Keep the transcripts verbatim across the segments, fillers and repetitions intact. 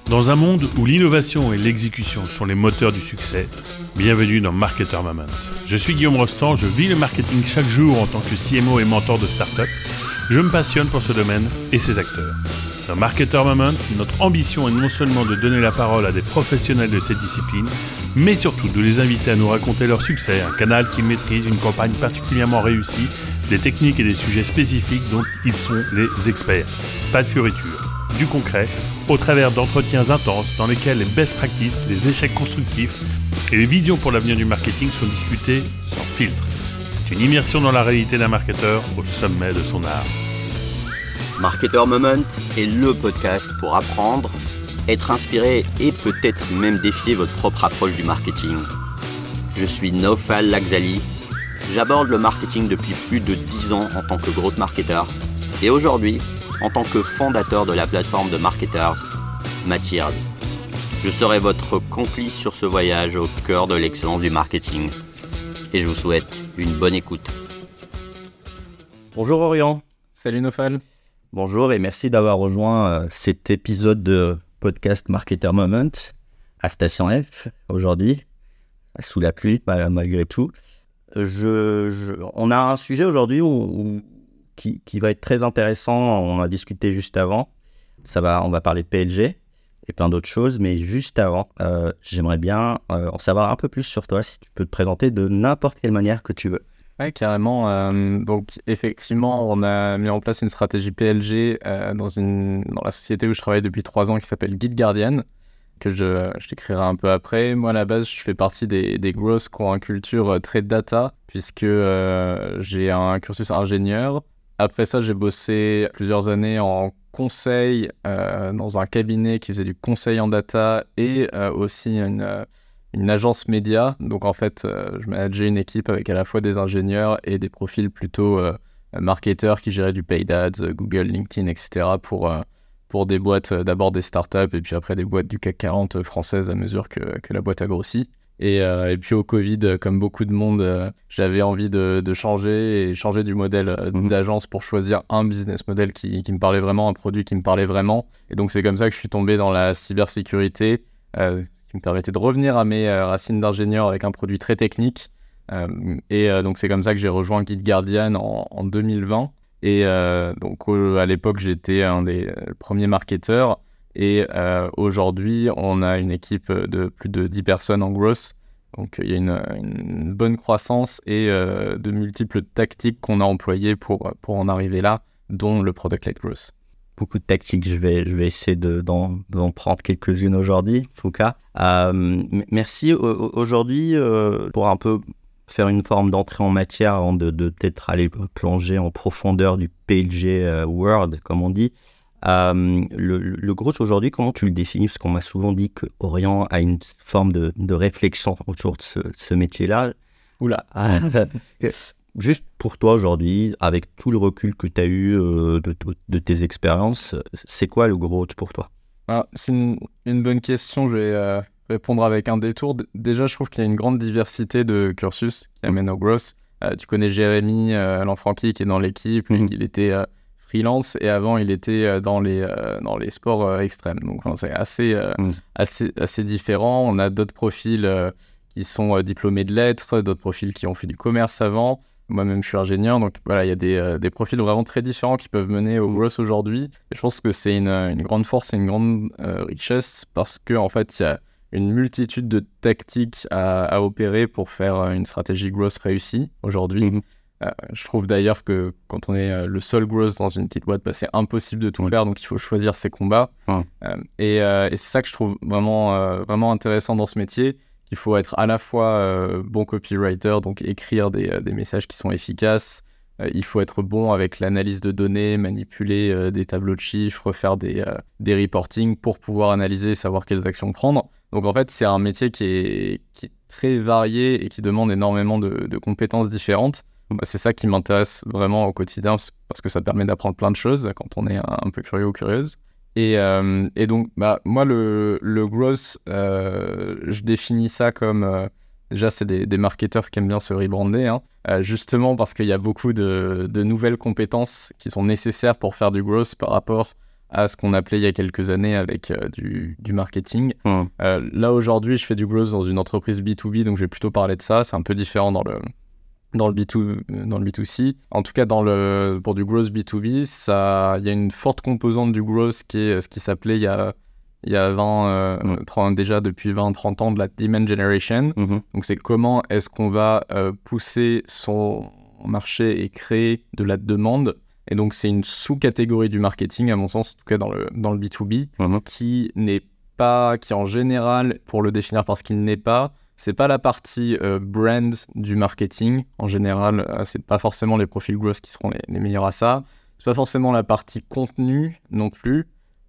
Dans un monde où l'innovation et l'exécution sont les moteurs du succès, bienvenue dans Marketer Moment. Je suis Guillaume Rostand, je vis le marketing chaque jour en tant que C M O et mentor de start-up. Je me passionne pour ce domaine et ses acteurs. Dans Marketer Moment, notre ambition est non seulement de donner la parole à des professionnels de cette discipline, mais surtout de les inviter à nous raconter leur succès, un canal qu'ils maîtrisent, une campagne particulièrement réussie, des techniques et des sujets spécifiques dont ils sont les experts. Pas de fioritures, du concret, au travers d'entretiens intenses dans lesquels les best practices, les échecs constructifs et les visions pour l'avenir du marketing sont discutés sans filtre. C'est une immersion dans la réalité d'un marketeur au sommet de son art. Marketer Moment est le podcast pour apprendre, être inspiré et peut-être même défier votre propre approche du marketing. Je suis Naufal Lakzali, j'aborde le marketing depuis plus de dix ans en tant que growth marketer et aujourd'hui en tant que fondateur de la plateforme de marketers Matirz. Je serai votre complice sur ce voyage au cœur de l'excellence du marketing et je vous souhaite une bonne écoute. Bonjour Orient. Salut Naufal. Bonjour et merci d'avoir rejoint euh, cet épisode de podcast Marketer Moment à Station F aujourd'hui, sous la pluie malgré tout. Je, je, on a un sujet aujourd'hui où, où, qui, qui va être très intéressant, on a discuté juste avant, ça va, on va parler de P L G et plein d'autres choses, mais juste avant, euh, j'aimerais bien euh, en savoir un peu plus sur toi, si tu peux te présenter de n'importe quelle manière que tu veux. Oui, carrément. Euh, donc, effectivement, on a mis en place une stratégie P L G euh, dans, une, dans la société où je travaille depuis trois ans qui s'appelle GuideGuardian, que je, je décrirai un peu après. Moi, à la base, je fais partie des, des growths qui ont une culture très data, puisque euh, j'ai un cursus ingénieur. Après ça, j'ai bossé plusieurs années en conseil euh, dans un cabinet qui faisait du conseil en data et euh, aussi une... Euh, une agence média. Donc en fait, euh, je manageais une équipe avec à la fois des ingénieurs et des profils plutôt euh, marketeurs qui géraient du paid ads, Google, LinkedIn, et cetera pour, euh, pour des boîtes, euh, d'abord des startups et puis après des boîtes du C A C quarante françaises à mesure que, que la boîte a grossi. Et, euh, et puis au Covid, comme beaucoup de monde, euh, j'avais envie de, de changer et changer du modèle euh, mmh. d'agence pour choisir un business model qui, qui me parlait vraiment, un produit qui me parlait vraiment. Et donc c'est comme ça que je suis tombé dans la cybersécurité, euh, qui me permettait de revenir à mes euh, racines d'ingénieur avec un produit très technique. Euh, et euh, donc, c'est comme ça que j'ai rejoint GuideGuardian en, en deux mille vingt. Et euh, donc, euh, à l'époque, j'étais un des euh, premiers marketeurs. Et euh, aujourd'hui, on a une équipe de plus de dix personnes en growth. Donc, il y a une, une bonne croissance et euh, de multiples tactiques qu'on a employées pour, pour en arriver là, dont le product-led growth. Beaucoup de tactiques, je vais, je vais essayer de, d'en, d'en prendre quelques-unes aujourd'hui, en tout cas. Euh, m- merci o- aujourd'hui euh, pour un peu faire une forme d'entrée en matière avant de, de peut-être aller plonger en profondeur du P L G euh, World, comme on dit. Euh, le, le growth aujourd'hui, comment tu le définis? Parce qu'on m'a souvent dit qu'Orient a une forme de, de réflexion autour de ce, ce métier-là. Oula Juste pour toi aujourd'hui, avec tout le recul que tu as eu euh, de, de tes expériences, c'est quoi le growth pour toi? ah, C'est une, une bonne question, je vais euh, répondre avec un détour. D- déjà, je trouve qu'il y a une grande diversité de cursus qui amène au growth. Euh, tu connais Jérémy euh, Lanfranchi qui est dans l'équipe, lui, mm-hmm. il était euh, freelance et avant il était euh, dans, les, euh, dans les sports euh, extrêmes. Donc enfin, c'est assez, euh, mm. assez, assez différent. On a d'autres profils euh, qui sont euh, diplômés de lettres, d'autres profils qui ont fait du commerce avant. Moi-même, je suis ingénieur, donc voilà, il y a des, euh, des profils vraiment très différents qui peuvent mener au growth aujourd'hui. Et je pense que c'est une, une grande force et une grande euh, richesse parce qu'en en fait, il y a une multitude de tactiques à, à opérer pour faire une stratégie growth réussie aujourd'hui. Mm-hmm. Euh, je trouve d'ailleurs que quand on est euh, le seul growth dans une petite boîte, bah, c'est impossible de tout mmh. faire, donc il faut choisir ses combats. Mmh. Euh, et, euh, et c'est ça que je trouve vraiment, euh, vraiment intéressant dans ce métier. Il faut être à la fois euh, bon copywriter, donc écrire des, euh, des messages qui sont efficaces. Euh, il faut être bon avec l'analyse de données, manipuler euh, des tableaux de chiffres, faire des, euh, des reporting pour pouvoir analyser et savoir quelles actions prendre. Donc en fait, c'est un métier qui est, qui est très varié et qui demande énormément de, de compétences différentes. Bah, c'est ça qui m'intéresse vraiment au quotidien parce que ça permet d'apprendre plein de choses quand on est un, un peu curieux ou curieuse. Et, euh, et donc, bah, moi, le, le growth, euh, je définis ça comme... Euh, déjà, c'est des, des marketeurs qui aiment bien se rebrander, hein, euh, justement parce qu'il y a beaucoup de, de nouvelles compétences qui sont nécessaires pour faire du growth par rapport à ce qu'on appelait il y a quelques années avec euh, du, du marketing. Mmh. Euh, là, aujourd'hui, je fais du growth dans une entreprise B deux B, donc je vais plutôt parler de ça. C'est un peu différent dans le, dans le, B deux, dans le B deux C. En tout cas, dans le, pour du growth B deux B, ça, il y a une forte composante du growth qui est ce qui s'appelait il y a, il y a vingt, euh, mmh. trente, déjà depuis vingt trente ans de la demand generation. Mmh. Donc, c'est comment est-ce qu'on va euh, pousser son marché et créer de la demande. Et donc, c'est une sous-catégorie du marketing, à mon sens, en tout cas dans le, dans le B deux B, mmh. qui n'est pas, qui en général, pour le définir parce qu'il n'est pas, c'est pas la partie euh, brand du marketing. En général, euh, c'est pas forcément les profils growth qui seront les, les meilleurs à ça. C'est pas forcément la partie contenu non plus.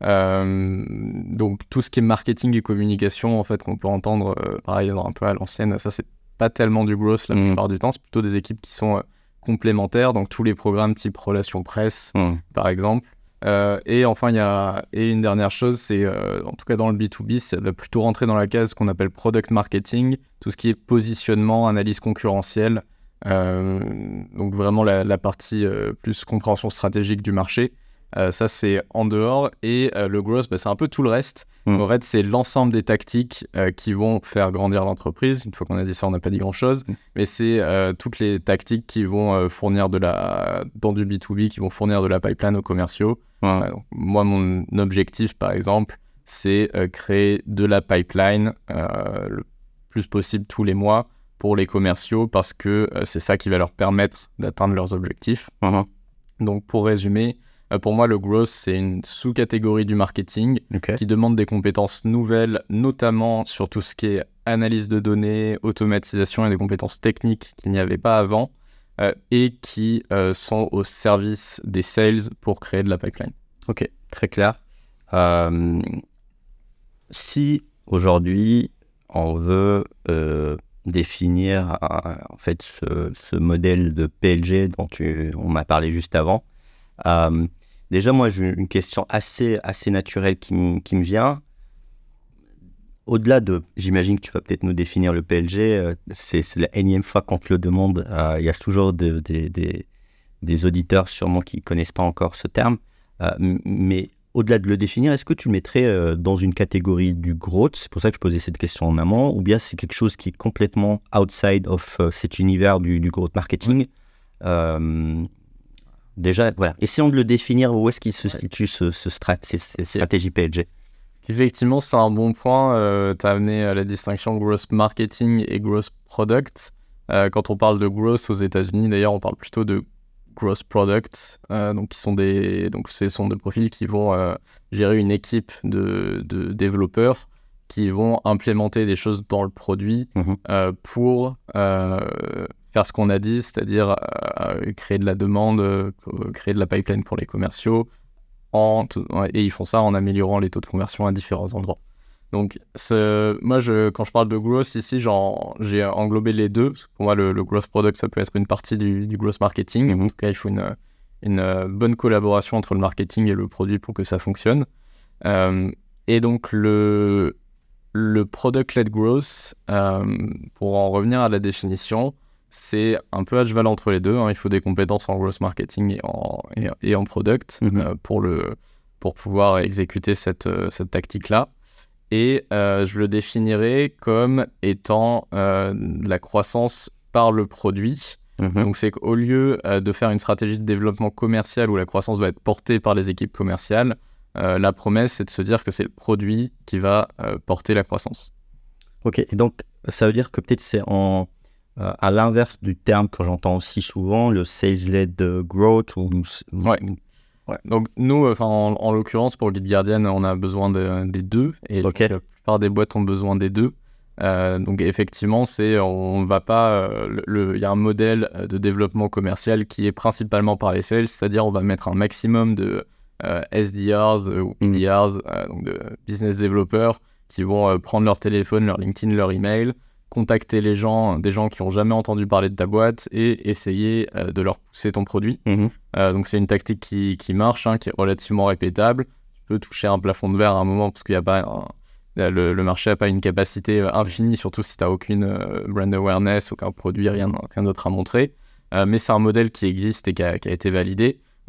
Euh, donc, tout ce qui est marketing et communication, en fait, qu'on peut entendre, euh, pareil, un peu à l'ancienne, ça, c'est pas tellement du growth la mmh. plupart du temps. C'est plutôt des équipes qui sont... Euh, complémentaires, donc tous les programmes type relations presse, mmh. par exemple. Euh, et enfin, il y a et une dernière chose, c'est, euh, en tout cas dans le B deux B, ça va plutôt rentrer dans la case qu'on appelle product marketing, tout ce qui est positionnement, analyse concurrentielle, euh, donc vraiment la, la partie euh, plus compréhension stratégique du marché. Euh, ça, c'est en dehors. Et euh, le growth, bah, c'est un peu tout le reste. Mmh. En fait, c'est l'ensemble des tactiques euh, qui vont faire grandir l'entreprise. Une fois qu'on a dit ça, on n'a pas dit grand-chose. Mmh. Mais c'est euh, toutes les tactiques qui vont euh, fournir de la... dans du B deux B, qui vont fournir de la pipeline aux commerciaux. Mmh. Euh, donc, moi, mon objectif, par exemple, c'est euh, créer de la pipeline euh, le plus possible tous les mois pour les commerciaux parce que euh, c'est ça qui va leur permettre d'atteindre leurs objectifs. Mmh. Donc, pour résumer... Pour moi, le growth, c'est une sous-catégorie du marketing okay. qui demande des compétences nouvelles, notamment sur tout ce qui est analyse de données, automatisation et des compétences techniques qu'il n'y avait pas avant euh, et qui euh, sont au service des sales pour créer de la pipeline. Ok, très clair. Euh, si aujourd'hui, on veut euh, définir euh, en fait ce, ce modèle de P L G dont tu, on m'a parlé juste avant, Euh, déjà, moi, j'ai une question assez, assez naturelle qui, m- qui me vient. Au-delà de, j'imagine que tu vas peut-être nous définir le P L G, euh, c'est, c'est la énième fois qu'on te le demande. Euh, il y a toujours de, de, de, des auditeurs sûrement qui ne connaissent pas encore ce terme. Euh, m- mais au-delà de le définir, est-ce que tu le mettrais euh, dans une catégorie du growth? C'est pour ça que je posais cette question en amont. Ou bien c'est quelque chose qui est complètement outside of euh, cet univers du, du growth marketing? euh, Déjà, voilà. Essayons de le définir. Où est-ce qu'il se situe ce, ce strat- ces, ces stratégies P L G? Effectivement, c'est un bon point. Euh, tu as amené à la distinction growth marketing et growth product. Euh, quand on parle de growth aux États-Unis, d'ailleurs, on parle plutôt de growth product. Euh, donc, qui sont des, donc, ce sont des profils qui vont euh, gérer une équipe de, de développeurs qui vont implémenter des choses dans le produit mmh. euh, pour euh, faire ce qu'on a dit, c'est-à-dire euh, créer de la demande, euh, créer de la pipeline pour les commerciaux, en tout, et ils font ça en améliorant les taux de conversion à différents endroits. Donc, c'est, moi, je, quand je parle de growth, ici, j'en, j'ai englobé les deux. Pour moi, le, le growth product, ça peut être une partie du, du growth marketing. Mmh. En tout cas, il faut une, une bonne collaboration entre le marketing et le produit pour que ça fonctionne. Euh, et donc, le... Le product-led growth, euh, pour en revenir à la définition, c'est un peu à cheval entre les deux. Hein. Il faut des compétences en growth marketing et en, et, et en product mm-hmm. euh, pour, le, pour pouvoir exécuter cette, cette tactique-là. Et euh, je le définirais comme étant euh, la croissance par le produit. Mm-hmm. Donc c'est qu'au lieu euh, de faire une stratégie de développement commercial où la croissance va être portée par les équipes commerciales, Euh, la promesse, c'est de se dire que c'est le produit qui va euh, porter la croissance. Ok, et donc ça veut dire que peut-être c'est en, euh, à l'inverse du terme que j'entends aussi souvent, le sales-led growth ou... Ouais. ouais. Donc nous, en, en l'occurrence, pour Guide Guardian, on a besoin de, des deux, et okay. la plupart des boîtes ont besoin des deux. Euh, donc effectivement, c'est, on va pas, il euh, y a un modèle de développement commercial qui est principalement par les sales, c'est-à-dire on va mettre un maximum de Euh, S D Rs euh, ou P D Rs, euh, donc de business developers, qui vont euh, prendre leur téléphone, leur LinkedIn, leur email, contacter les gens, des gens qui n'ont jamais entendu parler de ta boîte et essayer euh, de leur pousser ton produit. Mm-hmm. Euh, donc c'est une tactique qui, qui marche, hein, qui est relativement répétable. Tu peux toucher un plafond de verre à un moment parce qu'il y a pas un, le, le marché n'a pas une capacité infinie, surtout si tu n'as aucune euh, brand awareness, aucun produit, rien, rien d'autre à montrer. Euh, mais c'est un modèle qui existe et qui a, qui a été validé.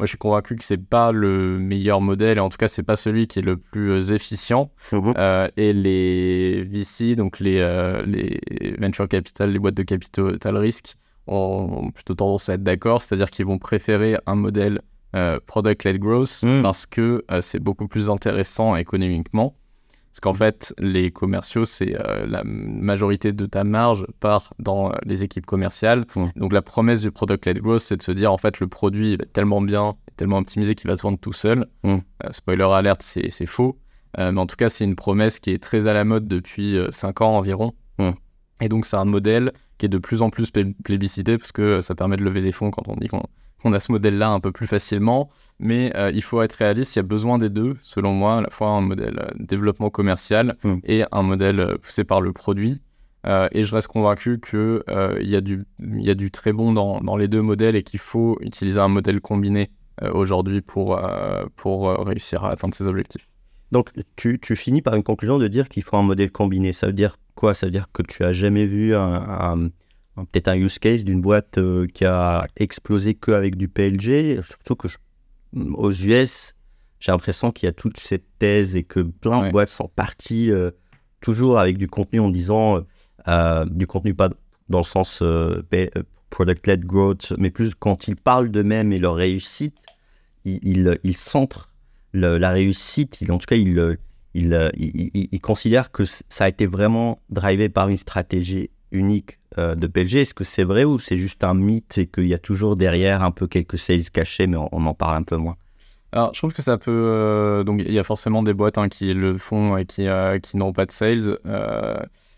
moi je suis convaincu que c'est pas le meilleur modèle, et en tout cas c'est pas celui qui est le plus efficient. Mmh. Euh, et les V C, donc les, euh, les venture capital, les boîtes de capital risque, ont, ont plutôt tendance à être d'accord, c'est-à-dire qu'ils vont préférer un modèle euh, product-led growth mmh. parce que euh, c'est beaucoup plus intéressant économiquement. Parce qu'en fait, les commerciaux, c'est euh, la majorité de ta marge part dans euh, les équipes commerciales. Mmh. Donc, la promesse du product-led growth, c'est de se dire, en fait, le produit est tellement bien, tellement optimisé qu'il va se vendre tout seul. Mmh. Euh, spoiler alert, c'est, c'est faux. Euh, mais en tout cas, c'est une promesse qui est très à la mode depuis euh, cinq ans environ. Mmh. Et donc, c'est un modèle qui est de plus en plus plébiscité parce que ça permet de lever des fonds quand on dit qu'on on a ce modèle-là un peu plus facilement, mais euh, il faut être réaliste, il y a besoin des deux, selon moi, à la fois un modèle euh, développement commercial mmh. et un modèle euh, poussé par le produit. Euh, et je reste convaincu qu'il euh, y, y a du très bon dans, dans les deux modèles et qu'il faut utiliser un modèle combiné euh, aujourd'hui pour, euh, pour euh, réussir à atteindre ses objectifs. Donc, tu, tu finis par une conclusion de dire qu'il faut un modèle combiné. Ça veut dire quoi? Ça veut dire que tu n'as jamais vu un... un... peut-être un use case d'une boîte euh, qui a explosé qu'avec du P L G, surtout que je, aux U S, j'ai l'impression qu'il y a toute cette thèse et que plein ouais. de boîtes sont parties euh, toujours avec du contenu en disant, euh, du contenu pas dans le sens euh, product-led growth, mais plus quand ils parlent d'eux-mêmes et leur réussite, ils, ils, ils centrent le, la réussite, ils, en tout cas ils, ils, ils, ils, ils considèrent que ça a été vraiment drivé par une stratégie unique euh, de P L G. Est-ce que c'est vrai ou c'est juste un mythe et qu'il y a toujours derrière un peu quelques sales cachés, mais on, on en parle un peu moins? Alors, je trouve que ça peut... Euh, donc, il y a forcément des boîtes hein, qui le font et qui, euh, qui n'ont pas de sales. Euh,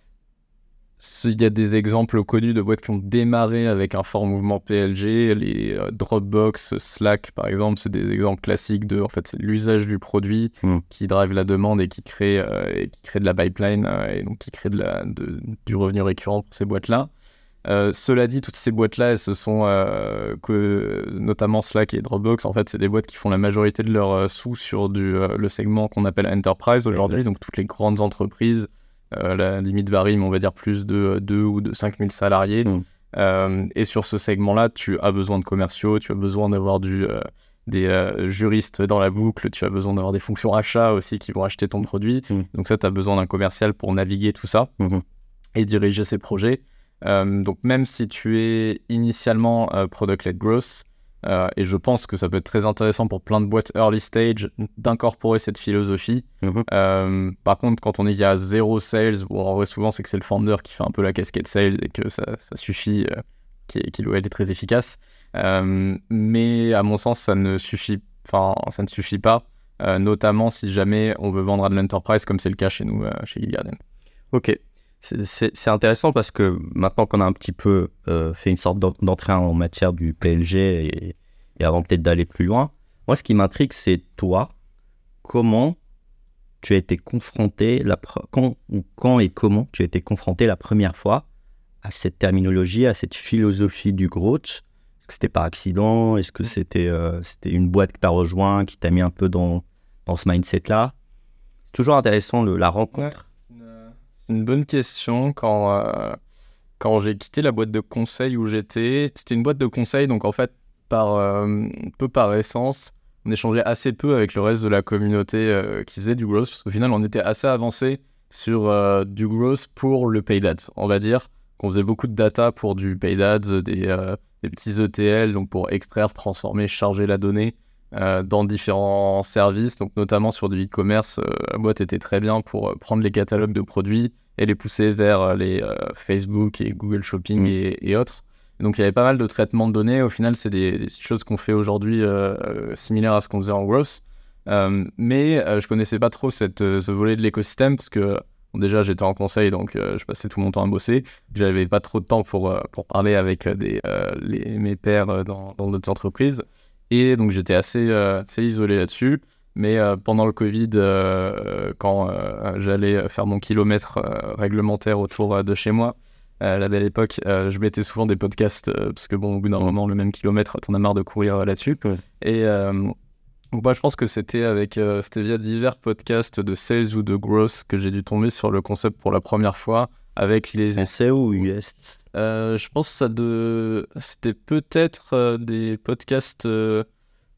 il y a des exemples connus de boîtes qui ont démarré avec un fort mouvement P L G. Les euh, Dropbox, Slack, par exemple, c'est des exemples classiques de... En fait, c'est l'usage du produit mmh. qui drive la demande et qui crée, euh, et qui crée de la pipeline euh, et donc qui crée de la, de, du revenu récurrent pour ces boîtes-là. Euh, cela dit, toutes ces boîtes-là, elles se sont, euh, que, notamment Slack et Dropbox, en fait, c'est des boîtes qui font la majorité de leurs euh, sous sur du, euh, le segment qu'on appelle Enterprise aujourd'hui, ouais. Donc toutes les grandes entreprises. Euh, la limite varie, mais on va dire plus de deux ou de cinq mille salariés. Mmh. Euh, et sur ce segment-là, tu as besoin de commerciaux, tu as besoin d'avoir du, euh, des euh, juristes dans la boucle, tu as besoin d'avoir des fonctions achats aussi qui vont acheter ton produit. Mmh. Donc ça, tu as besoin d'un commercial pour naviguer tout ça mmh. et diriger ces projets. Euh, donc même si tu es initialement euh, product-led growth, Euh, et je pense que ça peut être très intéressant pour plein de boîtes early stage d'incorporer cette philosophie. Mmh. Euh, par contre, quand on est à zéro sales, bon, en vrai, souvent, c'est que c'est le founder qui fait un peu la casquette sales et que ça, ça suffit, euh, qu'il, qu'il ou elle est très efficace. Euh, mais à mon sens, ça ne suffit, enfin, ça ne suffit pas, euh, notamment si jamais on veut vendre à de l'enterprise, comme c'est le cas chez nous, euh, chez Guild Guardian. Ok. C'est, c'est, c'est intéressant parce que maintenant qu'on a un petit peu euh, fait une sorte d'entrée en matière du P L G et, et avant peut-être d'aller plus loin, moi ce qui m'intrigue c'est toi, comment tu as été confronté, la pre- quand, ou quand et comment tu as été confronté la première fois à cette terminologie, à cette philosophie du growth. Est-ce que c'était par accident? Est-ce que c'était, euh, c'était une boîte que tu as rejoint, qui t'a mis un peu dans, dans ce mindset-là? C'est toujours intéressant le, la rencontre. Ouais. C'est une bonne question. Quand, euh, quand j'ai quitté la boîte de conseil où j'étais, c'était une boîte de conseil, donc en fait, par, euh, peu par essence, on échangeait assez peu avec le reste de la communauté euh, qui faisait du growth, parce qu'au final, on était assez avancé sur euh, du growth pour le paid ads. On va dire qu'on faisait beaucoup de data pour du paid ads, des, euh, des petits E T L, donc pour extraire, transformer, charger la donnée euh, dans différents services, donc notamment sur du e-commerce. Euh, la boîte était très bien pour euh, prendre les catalogues de produits et les pousser vers euh, les euh, Facebook et Google Shopping mmh. et, et autres. Donc il y avait pas mal de traitements de données. Au final, c'est des, des choses qu'on fait aujourd'hui euh, euh, similaires à ce qu'on faisait en growth. Euh, mais euh, je connaissais pas trop cette, euh, ce volet de l'écosystème parce que bon, déjà j'étais en conseil, donc euh, je passais tout mon temps à bosser. J'avais pas trop de temps pour, euh, pour parler avec des, euh, les, mes pairs euh, dans, dans d'autres entreprises. Et donc j'étais assez, euh, assez isolé là-dessus. Mais euh, pendant le Covid, euh, quand euh, j'allais faire mon kilomètre euh, réglementaire autour euh, de chez moi, à la belle époque, euh, je mettais souvent des podcasts euh, parce que bon, au bout d'un moment, le même kilomètre, t'en as marre de courir euh, là-dessus. Ouais. Et euh, donc moi, je pense que c'était avec, euh, c'était via divers podcasts de sales ou de growth que j'ai dû tomber sur le concept pour la première fois avec les. Français ou U S? euh, Je pense que ça de, c'était peut-être euh, des podcasts. Euh,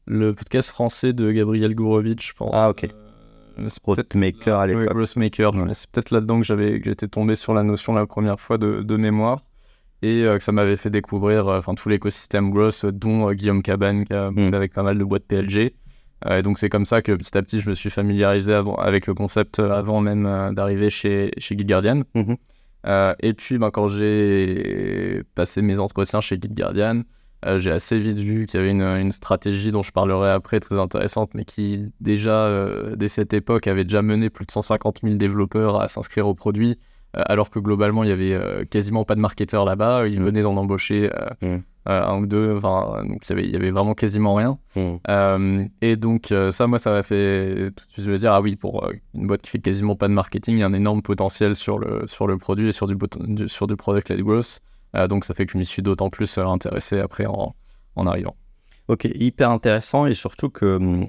Le podcast français de Gabriel Gourovitch, je pense. Ah, ok. Euh, Growthmaker à l'époque. Oui, Growthmaker. Ouais. C'est peut-être là-dedans que, j'avais, que j'étais tombé sur la notion la première fois de, de mémoire et euh, que ça m'avait fait découvrir euh, tout l'écosystème Growth, dont euh, Guillaume Cabane, qui a bossé Mm. avec pas mal de boîtes P L G. Euh, et donc, c'est comme ça que petit à petit, je me suis familiarisé avant, avec le concept euh, avant même euh, d'arriver chez, chez GuideGuardian. Mhm. Euh, et puis, ben, quand j'ai passé mes entretiens chez GuideGuardian, euh, j'ai assez vite vu qu'il y avait une, une stratégie dont je parlerai après, très intéressante, mais qui, déjà, euh, dès cette époque, avait déjà mené plus de cent cinquante mille développeurs à s'inscrire au produit, euh, alors que globalement, il n'y avait euh, quasiment pas de marketeurs là-bas. Ils Mm. venaient d'en embaucher euh, Mm. euh, un ou deux, enfin, donc il y avait, il y avait vraiment quasiment rien. Mm. Euh, et donc, euh, ça, moi, ça m'a fait tout de suite me dire, ah oui, pour euh, une boîte qui fait quasiment pas de marketing, il y a un énorme potentiel sur le, sur le produit et sur du, bot- du, sur du product-led growth. Euh, donc, ça fait que je m'y suis d'autant plus euh, intéressé après en, en arrivant. Ok, hyper intéressant et surtout que hum,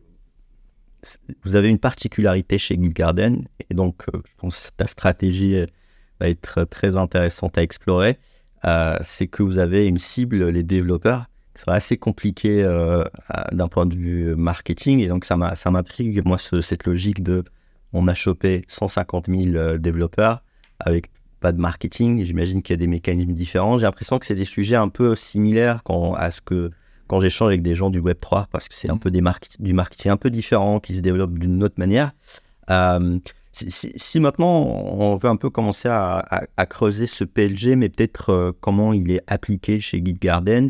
c- vous avez une particularité chez GuideGuardian et donc euh, je pense que ta stratégie euh, va être très intéressante à explorer. Euh, c'est que vous avez une cible, les développeurs, qui sont assez compliqués euh, à- d'un point de vue marketing et donc ça, m'a, ça m'intrigue, moi, ce- cette logique de on a chopé cent cinquante mille euh, développeurs avec pas de marketing. J'imagine qu'il y a des mécanismes différents. J'ai l'impression que c'est des sujets un peu similaires quand, à ce que quand j'échange avec des gens du web trois, parce que c'est un peu des market- du marketing un peu différent qui se développe d'une autre manière. Euh, si, si- si maintenant on veut un peu commencer à, à- à creuser ce P L G, mais peut-être euh, comment il est appliqué chez GuideGuardian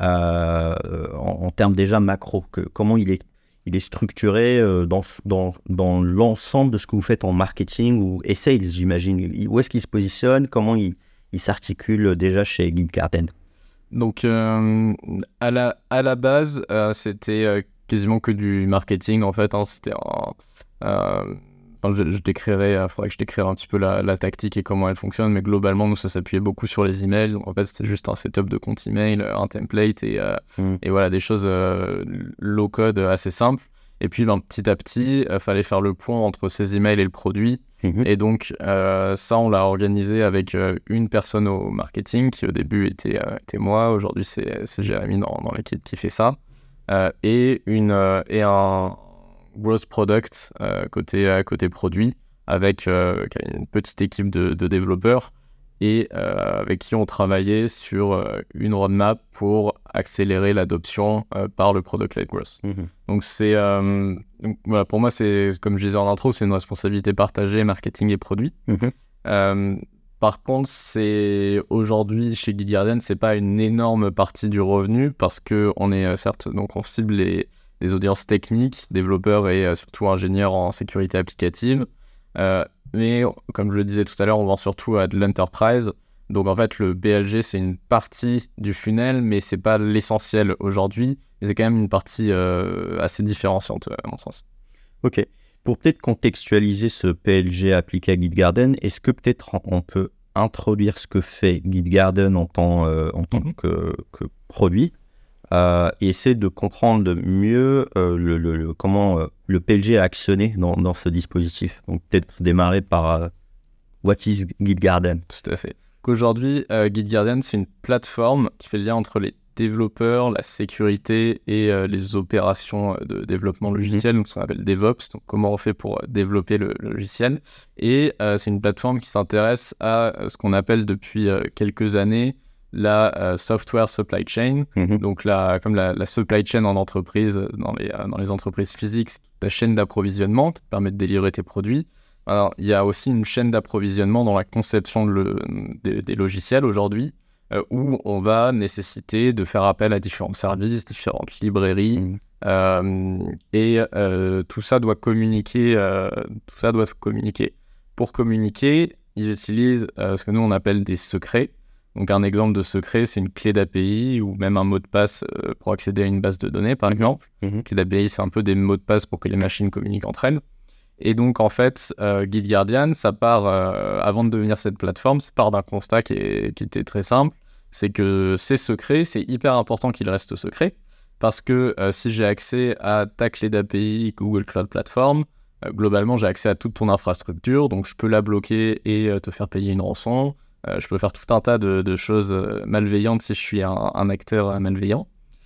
euh, en, en termes déjà macro, que, comment il est, il est structuré euh, dans, dans, dans l'ensemble de ce que vous faites en marketing ou et sales, j'imagine. Il- Où est-ce qu'il se positionne? Comment il, il s'articule déjà chez GuideGuardian? Donc, euh, à, la, à la base, euh, c'était euh, quasiment que du marketing, en fait. Hein, c'était un, euh, enfin, je, je décrirai, il faudrait que je décrive un petit peu la, la tactique et comment elle fonctionne, mais globalement, nous, ça s'appuyait beaucoup sur les emails. Donc, en fait, c'était juste un setup de compte email, un template et, euh, Mm. et voilà, des choses euh, low-code assez simples. Et puis, ben, petit à petit, il fallait faire le pont entre ces emails et le produit. Mhm. Et donc, euh, ça, on l'a organisé avec euh, une personne au marketing qui, au début, était, euh, était moi. Aujourd'hui, c'est, c'est Jérémy dans, dans l'équipe qui fait ça. Euh, et, une, euh, et un growth product euh, côté, euh, côté produit avec euh, une petite équipe de, de développeurs et euh, avec qui on travaillait sur euh, une roadmap pour accélérer l'adoption euh, par le product-led growth. Mhm. Donc, c'est, euh, donc voilà, pour moi, c'est, comme je disais en intro, c'est une responsabilité partagée, marketing et produit. Mhm. Euh, par contre, c'est aujourd'hui chez GuideGuardian, c'est pas une énorme partie du revenu parce que on est euh, certes, donc on cible les, les audiences techniques, développeurs et euh, surtout ingénieurs en sécurité applicative. Euh, mais comme je le disais tout à l'heure, on vend surtout à de l'enterprise. Donc en fait, le B L G, c'est une partie du funnel, mais c'est pas l'essentiel aujourd'hui. Mais c'est quand même une partie euh, assez différenciante, à mon sens. Ok. Pour peut-être contextualiser ce P L G appliqué à GuideGuardian, est-ce que peut-être on peut introduire ce que fait GuideGuardian en tant, euh, en tant Mhm. que, que produit euh, et essayer de comprendre mieux euh, le, le- le- comment euh, le P L G est actionné dans, dans ce dispositif. Donc peut-être démarrer par euh, What is GuideGuardian? Tout à fait. Qu'aujourd'hui, euh, GuideGuardian, c'est une plateforme qui fait le lien entre les développeurs, la sécurité et euh, les opérations euh, de développement logiciel, donc ce qu'on appelle DevOps, donc comment on fait pour euh, développer le, le logiciel. Et euh, c'est une plateforme qui s'intéresse à euh, ce qu'on appelle depuis euh, quelques années la euh, software supply chain, Mhm. donc la, comme la, la supply chain en entreprise, dans les, euh, dans les entreprises physiques, c'est ta chaîne d'approvisionnement qui te permet de délivrer tes produits. Alors, il y a aussi une chaîne d'approvisionnement dans la conception de le, des, des logiciels aujourd'hui, euh, où on va nécessiter de faire appel à différents services, différentes librairies, Mhm. euh, et euh, tout ça doit communiquer. Euh, tout ça doit communiquer. Pour communiquer, ils utilisent euh, ce que nous on appelle des secrets. Donc un exemple de secret, c'est une clé d'A P I ou même un mot de passe euh, pour accéder à une base de données, par exemple. Mhm. Clé d'A P I, c'est un peu des mots de passe pour que les machines communiquent entre elles. Et donc, en fait, euh, GuideGuardian, ça part, euh, avant de devenir cette plateforme, ça part d'un constat qui, est, qui était très simple, c'est que ces secrets, c'est hyper important qu'ils restent secrets, parce que euh, si j'ai accès à ta clé d'A P I Google Cloud Platform, euh, globalement, j'ai accès à toute ton infrastructure, donc je peux la bloquer et euh, te faire payer une rançon, euh, je peux faire tout un tas de, de choses euh, malveillantes si je suis un, un acteur euh, malveillant.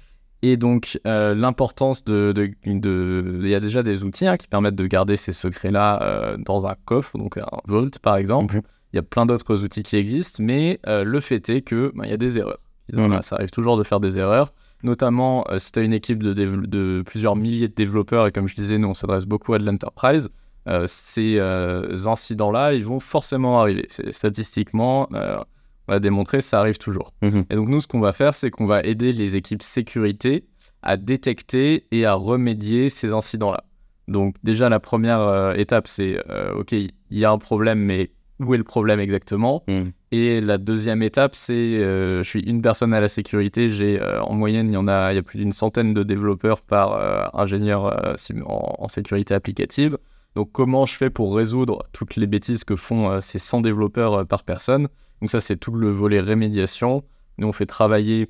Et donc, euh, l'importance de... de, de... Il y a déjà des outils hein, qui permettent de garder ces secrets-là euh, dans un coffre, donc un vault par exemple. Mm-hmm. Il y a plein d'autres outils qui existent, mais euh, le fait est que bah, y a des erreurs. Mm-hmm. Ça arrive toujours de faire des erreurs, notamment euh, si tu as une équipe de, dév- de plusieurs milliers de développeurs, et comme je disais, nous on s'adresse beaucoup à de l'enterprise, euh, ces euh, incidents-là, ils vont forcément arriver. C'est, statistiquement, euh, on l'a démontré, ça arrive toujours. Mm-hmm. Et donc nous, ce qu'on va faire, c'est qu'on va aider les équipes sécurité à détecter et à remédier ces incidents-là. Donc déjà, la première euh, étape, c'est, euh, OK, il y a un problème, mais où est le problème exactement ? Mm. Et la deuxième étape, c'est, euh, je suis une personne à la sécurité, j'ai euh, en moyenne, il y en a, il y a plus d'une centaine de développeurs par euh, ingénieur euh, en, en sécurité applicative. Donc comment je fais pour résoudre toutes les bêtises que font euh, ces cent développeurs euh, par personne ? Donc ça, c'est tout le volet rémédiation. Nous, on fait travailler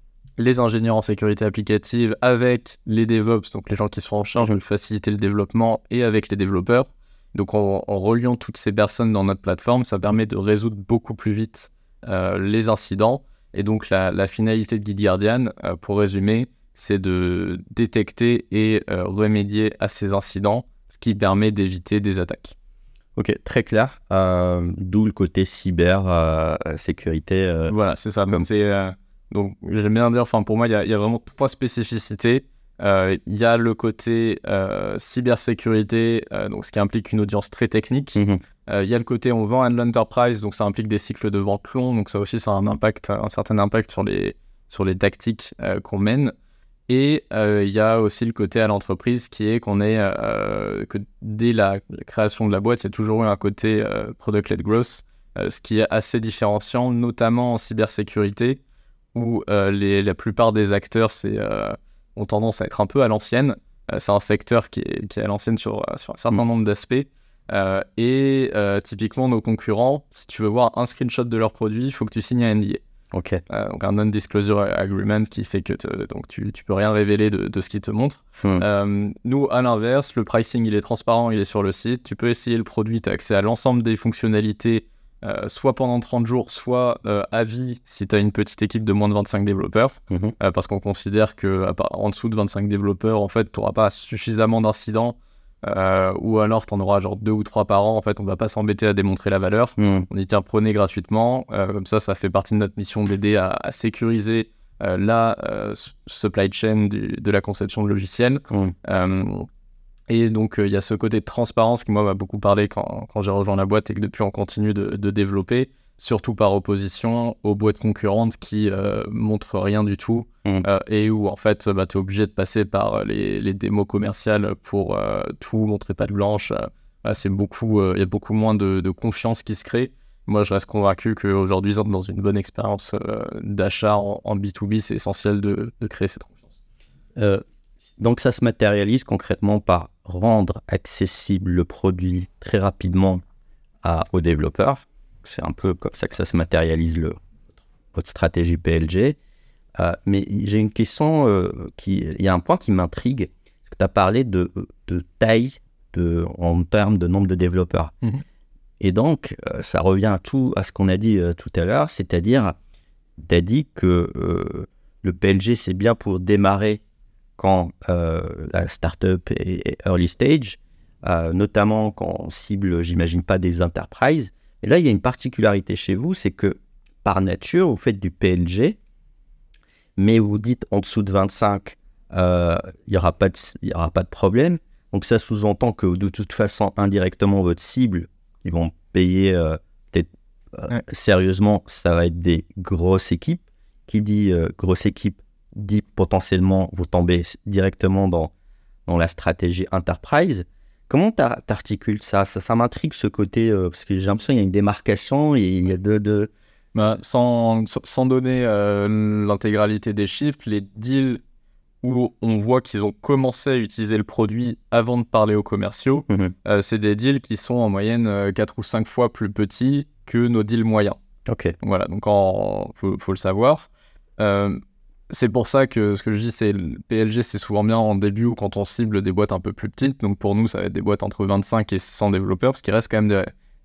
les ingénieurs en sécurité applicative avec les DevOps, donc les gens qui sont en charge de faciliter le développement, et avec les développeurs. Donc en, en reliant toutes ces personnes dans notre plateforme, ça permet de résoudre beaucoup plus vite euh, les incidents. Et donc la, la finalité de GuideGuardian, euh, pour résumer, c'est de détecter et euh, remédier à ces incidents, ce qui permet d'éviter des attaques. Ok, très clair. Euh, d'où le côté cyber euh, sécurité. Euh, voilà, c'est ça. Comme... Donc, c'est, euh, donc j'aime bien dire, enfin pour moi, il y, y a vraiment trois spécificités. Il euh, y a le côté euh, cybersécurité, euh, donc ce qui implique une audience très technique. Il mm-hmm. euh, y a le côté on vend à l'enterprise, donc ça implique des cycles de vente longs, donc ça aussi ça a un impact, un certain impact sur les sur les tactiques euh, qu'on mène. Et il euh, y a aussi le côté à l'entreprise qui est qu'on est euh, que dès la, la création de la boîte, il y a toujours eu un côté euh, product-led growth, euh, ce qui est assez différenciant, notamment en cybersécurité, où euh, les, la plupart des acteurs c'est euh, ont tendance à être un peu à l'ancienne. Euh, c'est un secteur qui est, qui est à l'ancienne sur, sur un certain nombre d'aspects. Euh, et euh, typiquement, nos concurrents, si tu veux voir un screenshot de leurs produits, il faut que tu signes un N D A. Okay. Euh, donc un non-disclosure agreement qui fait que te, donc tu, tu peux rien révéler de, de ce qu'ils te montrent. Hmm. Euh, nous, à l'inverse, le pricing, il est transparent, il est sur le site. Tu peux essayer le produit, tu as accès à l'ensemble des fonctionnalités, Euh, soit pendant trente jours, soit euh, à vie si tu as une petite équipe de moins de vingt-cinq développeurs, mmh. euh, parce qu'on considère qu'en dessous de vingt-cinq développeurs, en fait, tu n'auras pas suffisamment d'incidents, euh, ou alors tu en auras genre deux ou trois par an. En fait, on ne va pas s'embêter à démontrer la valeur. Mmh. On y tient, prenez gratuitement. Euh, comme ça, ça fait partie de notre mission d'aider à, à sécuriser euh, la euh, supply chain du, de la conception de logiciels. Mmh. Euh, Et donc, il euh, y a ce côté de transparence qui, moi, m'a beaucoup parlé quand, quand j'ai rejoint la boîte et que depuis, on continue de, de développer, surtout par opposition aux boîtes concurrentes qui euh, montrent rien du tout mmh. euh, et où, en fait, bah, tu es obligé de passer par les, les démos commerciales pour euh, tout montrer patte blanche. Euh, c'est beaucoup, il euh, y a beaucoup moins de, de confiance qui se crée. Moi, je reste convaincu qu'aujourd'hui, dans une bonne expérience euh, d'achat en, en B deux B, c'est essentiel de, de créer cette confiance. Euh... Donc, ça se matérialise concrètement par rendre accessible le produit très rapidement à, aux développeurs. C'est un peu comme ça que ça se matérialise, le, votre stratégie P L G. Euh, mais j'ai une question, euh, qui, il y a un point qui m'intrigue. Tu as parlé de, de taille de, en termes de nombre de développeurs. Mm-hmm. Et donc, euh, ça revient à tout à ce qu'on a dit euh, tout à l'heure, c'est-à-dire, tu as dit que euh, le P L G, c'est bien pour démarrer quand euh, la startup est, est early stage, euh, notamment quand on cible, j'imagine pas des enterprises. Et là, il y a une particularité chez vous, c'est que par nature, vous faites du P L G, mais vous dites en dessous de vingt-cinq, euh, il n'y aura pas de, il y aura pas de problème. Donc ça sous-entend que de toute façon, indirectement, votre cible, ils vont payer euh, peut-être euh, ouais. sérieusement, ça va être des grosses équipes. Qui dit euh, grosse équipe, dit potentiellement vous tombez directement dans, dans la stratégie enterprise. Comment tu articules ça? Ça, ça m'intrigue ce côté, euh, parce que j'ai l'impression qu'il y a une démarcation, et il y a deux... De... Bah, sans, sans donner euh, l'intégralité des chiffres, les deals où on voit qu'ils ont commencé à utiliser le produit avant de parler aux commerciaux, mmh. euh, c'est des deals qui sont en moyenne euh, quatre ou cinq fois plus petits que nos deals moyens. Ok. Voilà, donc il faut, faut le savoir. Euh, c'est pour ça que ce que je dis, c'est le P L G, c'est souvent bien en début ou quand on cible des boîtes un peu plus petites. Donc pour nous, ça va être des boîtes entre vingt-cinq et cent développeurs, parce qu'il reste quand même des,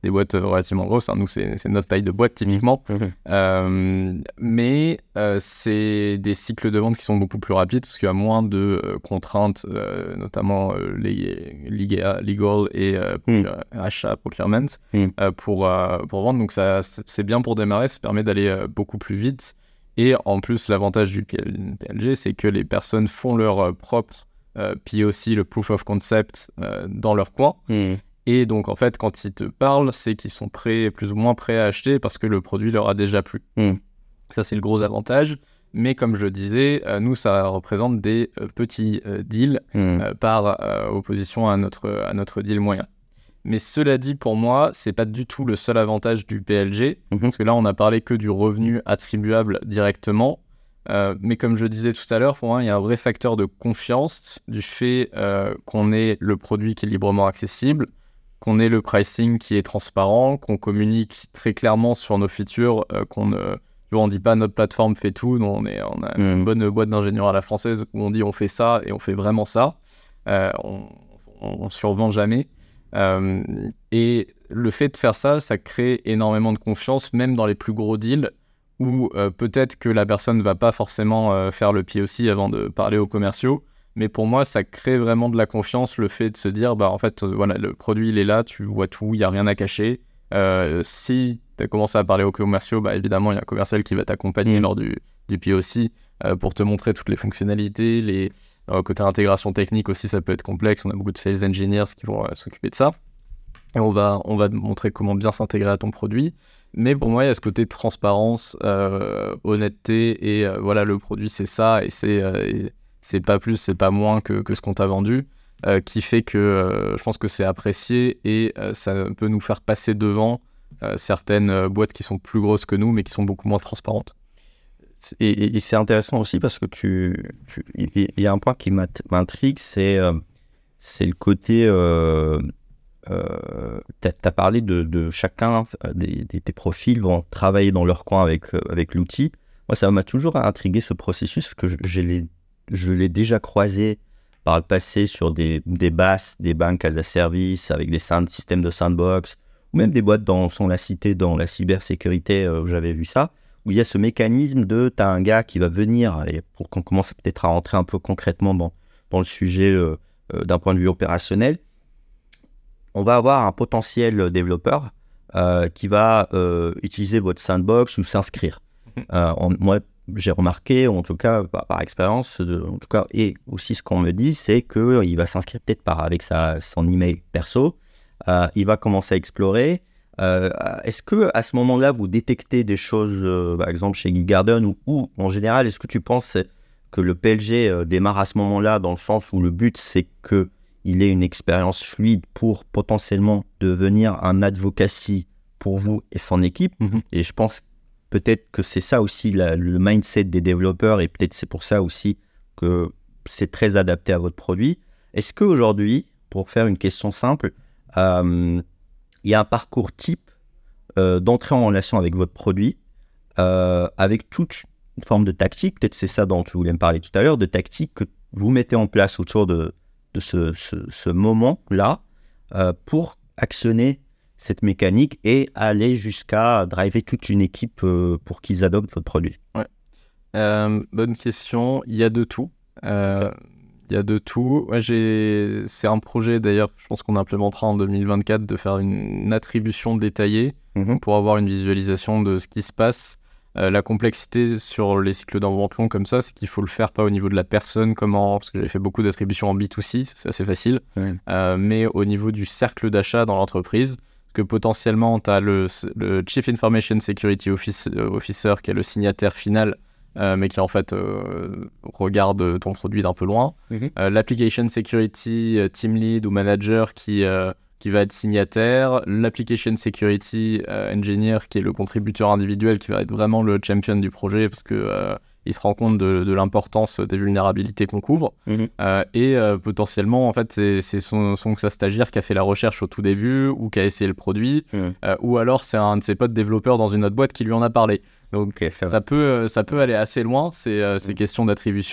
des boîtes relativement grosses. Hein. Nous, c'est, c'est notre taille de boîte typiquement. Mmh. Euh, mais euh, c'est des cycles de vente qui sont beaucoup plus rapides parce qu'il y a moins de euh, contraintes, euh, notamment euh, les, legal et euh, mmh. achat, procurement, mmh. euh, pour, euh, pour vendre. Donc, ça, c'est bien pour démarrer. Ça permet d'aller euh, beaucoup plus vite. Et en plus, l'avantage du P L G, c'est que les personnes font leur euh, propre euh, P O C, le Proof of Concept, euh, dans leur coin. Mmh. Et donc, en fait, quand ils te parlent, c'est qu'ils sont prêts, plus ou moins prêts à acheter parce que le produit leur a déjà plu. Mmh. Ça, c'est le gros avantage. Mais comme je disais, euh, nous, ça représente des euh, petits euh, deals mmh. euh, par euh, opposition à notre, à notre deal moyen. Mais cela dit, pour moi, c'est pas du tout le seul avantage du P L G, mmh. parce que là, on a parlé que du revenu attribuable directement. Euh, mais comme je disais tout à l'heure, pour moi, il y a un vrai facteur de confiance du fait euh, qu'on ait le produit qui est librement accessible, qu'on ait le pricing qui est transparent, qu'on communique très clairement sur nos features, euh, qu'on ne on dit pas notre plateforme fait tout, nous, on, est, on a mmh. une bonne boîte d'ingénieurs à la française où on dit on fait ça et on fait vraiment ça. Euh, on, on, on survend jamais. Euh, et le fait de faire ça, ça crée énormément de confiance, même dans les plus gros deals, où euh, peut-être que la personne ne va pas forcément euh, faire le P O C avant de parler aux commerciaux, mais pour moi, ça crée vraiment de la confiance, le fait de se dire, bah, en fait, euh, voilà, le produit, il est là, tu vois tout, il n'y a rien à cacher. Euh, si tu as commencé à parler aux commerciaux, bah, évidemment, il y a un commercial qui va t'accompagner mmh. lors du, du P O C euh, pour te montrer toutes les fonctionnalités, les... Euh, côté intégration technique aussi, ça peut être complexe. On a beaucoup de sales engineers qui vont euh, s'occuper de ça. Et on va, on va te montrer comment bien s'intégrer à ton produit. Mais pour moi, il y a ce côté de transparence, euh, honnêteté. Et euh, voilà, le produit, c'est ça. Et c'est, euh, et c'est pas plus, c'est pas moins que, que ce qu'on t'a vendu. Euh, qui fait que euh, je pense que c'est apprécié. Et euh, ça peut nous faire passer devant euh, certaines euh, boîtes qui sont plus grosses que nous, mais qui sont beaucoup moins transparentes. Et, et, et c'est intéressant aussi parce que tu, tu, il y a un point qui m'intrigue, c'est, euh, c'est le côté, euh, euh, tu as parlé de, de chacun des, des, des profils vont travailler dans leur coin avec, avec l'outil. Moi, ça m'a toujours intrigué ce processus parce que je, je, l'ai, je l'ai déjà croisé par le passé sur des, des B A S, des banques as a service avec des sound, systèmes de sandbox ou même des boîtes dans, on l'a cité, dans la cybersécurité euh, où j'avais vu ça. Où il y a ce mécanisme de, tu as un gars qui va venir, et pour qu'on commence peut-être à rentrer un peu concrètement dans, dans le sujet euh, euh, d'un point de vue opérationnel, on va avoir un potentiel développeur euh, qui va euh, utiliser votre sandbox ou s'inscrire. Euh, en, moi, j'ai remarqué, en tout cas par, par expérience, de, en tout cas, et aussi ce qu'on me dit, c'est qu'il va s'inscrire peut-être par, avec sa, son email perso, euh, il va commencer à explorer. Euh, est-ce que à ce moment-là, vous détectez des choses, euh, par exemple chez Geek Garden, ou, ou en général, est-ce que tu penses que le P L G euh, démarre à ce moment-là, dans le sens où le but, c'est qu'il ait une expérience fluide pour potentiellement devenir un advocacy pour vous et son équipe. Mm-hmm. Et je pense peut-être que c'est ça aussi la, le mindset des développeurs, et peut-être c'est pour ça aussi que c'est très adapté à votre produit. Est-ce qu'aujourd'hui, pour faire une question simple, euh, il y a un parcours type euh, d'entrée en relation avec votre produit, euh, avec toute une forme de tactique, peut-être c'est ça dont tu voulais me parler tout à l'heure, de tactique que vous mettez en place autour de, de ce, ce, ce moment-là euh, pour actionner cette mécanique et aller jusqu'à driver toute une équipe euh, pour qu'ils adoptent votre produit. Ouais. Euh, bonne question, il y a de tout. Euh... Okay. Il y a de tout. Ouais, j'ai... C'est un projet, d'ailleurs, je pense qu'on implémentera en deux mille vingt-quatre, de faire une attribution détaillée mmh. pour avoir une visualisation de ce qui se passe. Euh, la complexité sur les cycles d'envente longs comme ça, c'est qu'il faut le faire pas au niveau de la personne, comment... parce que j'avais fait beaucoup d'attributions en B deux C, c'est assez facile, mmh. euh, mais au niveau du cercle d'achat dans l'entreprise, parce que potentiellement, tu as le, le Chief Information Security Office, Officer, qui est le signataire final, Euh, mais qui en fait euh, regarde ton produit d'un peu loin. Mm-hmm. Euh, L'application security euh, team lead ou manager qui, euh, qui va être signataire. L'application security euh, engineer qui est le contributeur individuel qui va être vraiment le champion du projet parce que euh, il se rend compte de, de l'importance des vulnérabilités qu'on couvre. Mm-hmm. Euh, et euh, potentiellement, en fait, c'est, c'est son, son sa stagiaire qui a fait la recherche au tout début ou qui a essayé le produit. Mm-hmm. Euh, ou alors, c'est un de ses potes développeurs dans une autre boîte qui lui en a parlé. Donc, okay, ça, ça, peut, ça peut aller assez loin, ces, euh, ces mmh. questions d'attribution.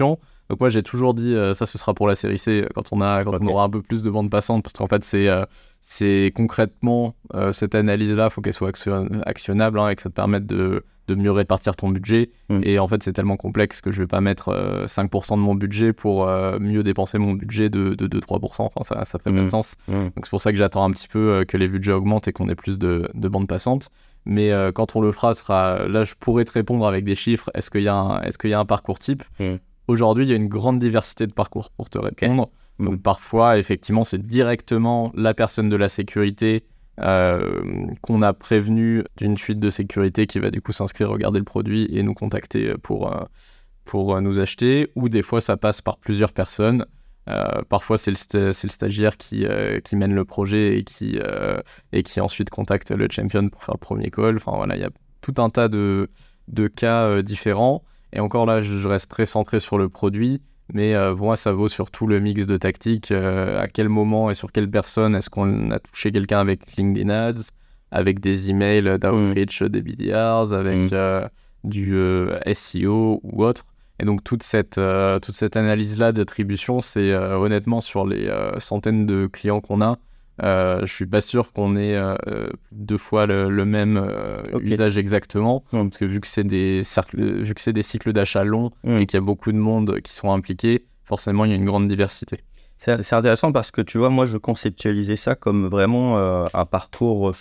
Donc moi j'ai toujours dit euh, ça ce sera pour la série C quand on a quand okay. on aura un peu plus de bande passante, parce qu'en fait c'est euh, c'est concrètement euh, cette analyse là, faut qu'elle soit action- actionnable hein, et que ça te permette de de mieux répartir ton budget. Mmh. Et en fait c'est tellement complexe que je vais pas mettre euh, cinq pour cent de mon budget pour euh, mieux dépenser mon budget de de deux à trois pour cent. Enfin ça ça ferait mmh. pas de sens. Mmh. Donc c'est pour ça que j'attends un petit peu euh, que les budgets augmentent et qu'on ait plus de de bande passante. Mais euh, quand on le fera, sera là je pourrais te répondre avec des chiffres. Est-ce qu'il y a un est-ce qu'il y a un parcours type? mmh. Aujourd'hui, il y a une grande diversité de parcours pour te répondre. Okay. Donc, mmh. parfois, effectivement, c'est directement la personne de la sécurité euh, qu'on a prévenu d'une fuite de sécurité qui va du coup s'inscrire, regarder le produit et nous contacter pour, euh, pour euh, nous acheter. Ou des fois, ça passe par plusieurs personnes. Euh, parfois, c'est le, sta- c'est le stagiaire qui, euh, qui mène le projet et qui, euh, et qui ensuite contacte le champion pour faire le premier call. Enfin, voilà, il y a tout un tas de, de cas euh, différents. Et encore là, je reste très centré sur le produit, mais euh, pour moi, ça vaut sur tout le mix de tactiques. Euh, à quel moment et sur quelle personne est-ce qu'on a touché quelqu'un avec LinkedIn Ads, avec des emails d'outreach, mmh. des B D Rs, avec mmh. euh, du euh, S E O ou autre. Et donc, toute cette, euh, toute cette analyse-là d'attribution, c'est euh, honnêtement sur les euh, centaines de clients qu'on a. Euh, je suis pas sûr qu'on ait euh, deux fois le, le même euh, okay. usage exactement, mmh. parce que vu que c'est des cercles, vu que c'est des cycles d'achat longs mmh. et qu'il y a beaucoup de monde qui sont impliqués, forcément il y a une grande diversité. C'est, c'est intéressant parce que tu vois, moi je conceptualisais ça comme vraiment euh, un parcours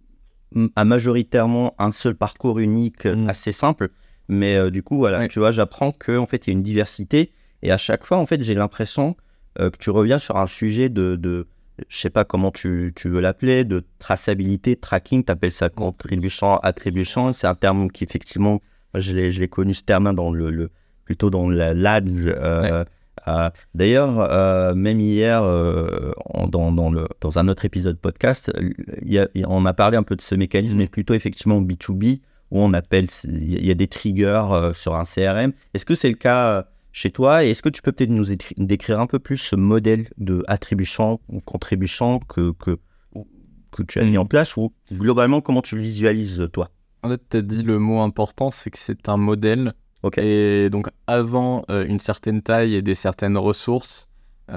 euh, à majoritairement un seul parcours unique, mmh. assez simple, mais euh, du coup voilà, ouais. tu vois, j'apprends que en fait il y a une diversité et à chaque fois en fait j'ai l'impression euh, que tu reviens sur un sujet de, de je sais pas comment tu, tu veux l'appeler, de traçabilité, tracking, tu appelles ça contribution, attribution, c'est un terme qui effectivement, moi je l'ai, je l'ai connu ce terme dans le, le plutôt dans la, l'Ads. Euh, ouais. euh, d'ailleurs, euh, même hier, euh, dans, dans, le, dans un autre épisode podcast, y a, y a, on a parlé un peu de ce mécanisme, mais plutôt effectivement B deux B, où on appelle, il y a des triggers euh, sur un C R M. Est-ce que c'est le cas euh, chez toi, et est-ce que tu peux peut-être nous étri- décrire un peu plus ce modèle de attribution ou contribution que, que, que tu as mis en place, ou globalement comment tu le visualises toi? En fait, tu as dit le mot important, c'est que c'est un modèle. Okay. Et donc avant euh, une certaine taille et des certaines ressources,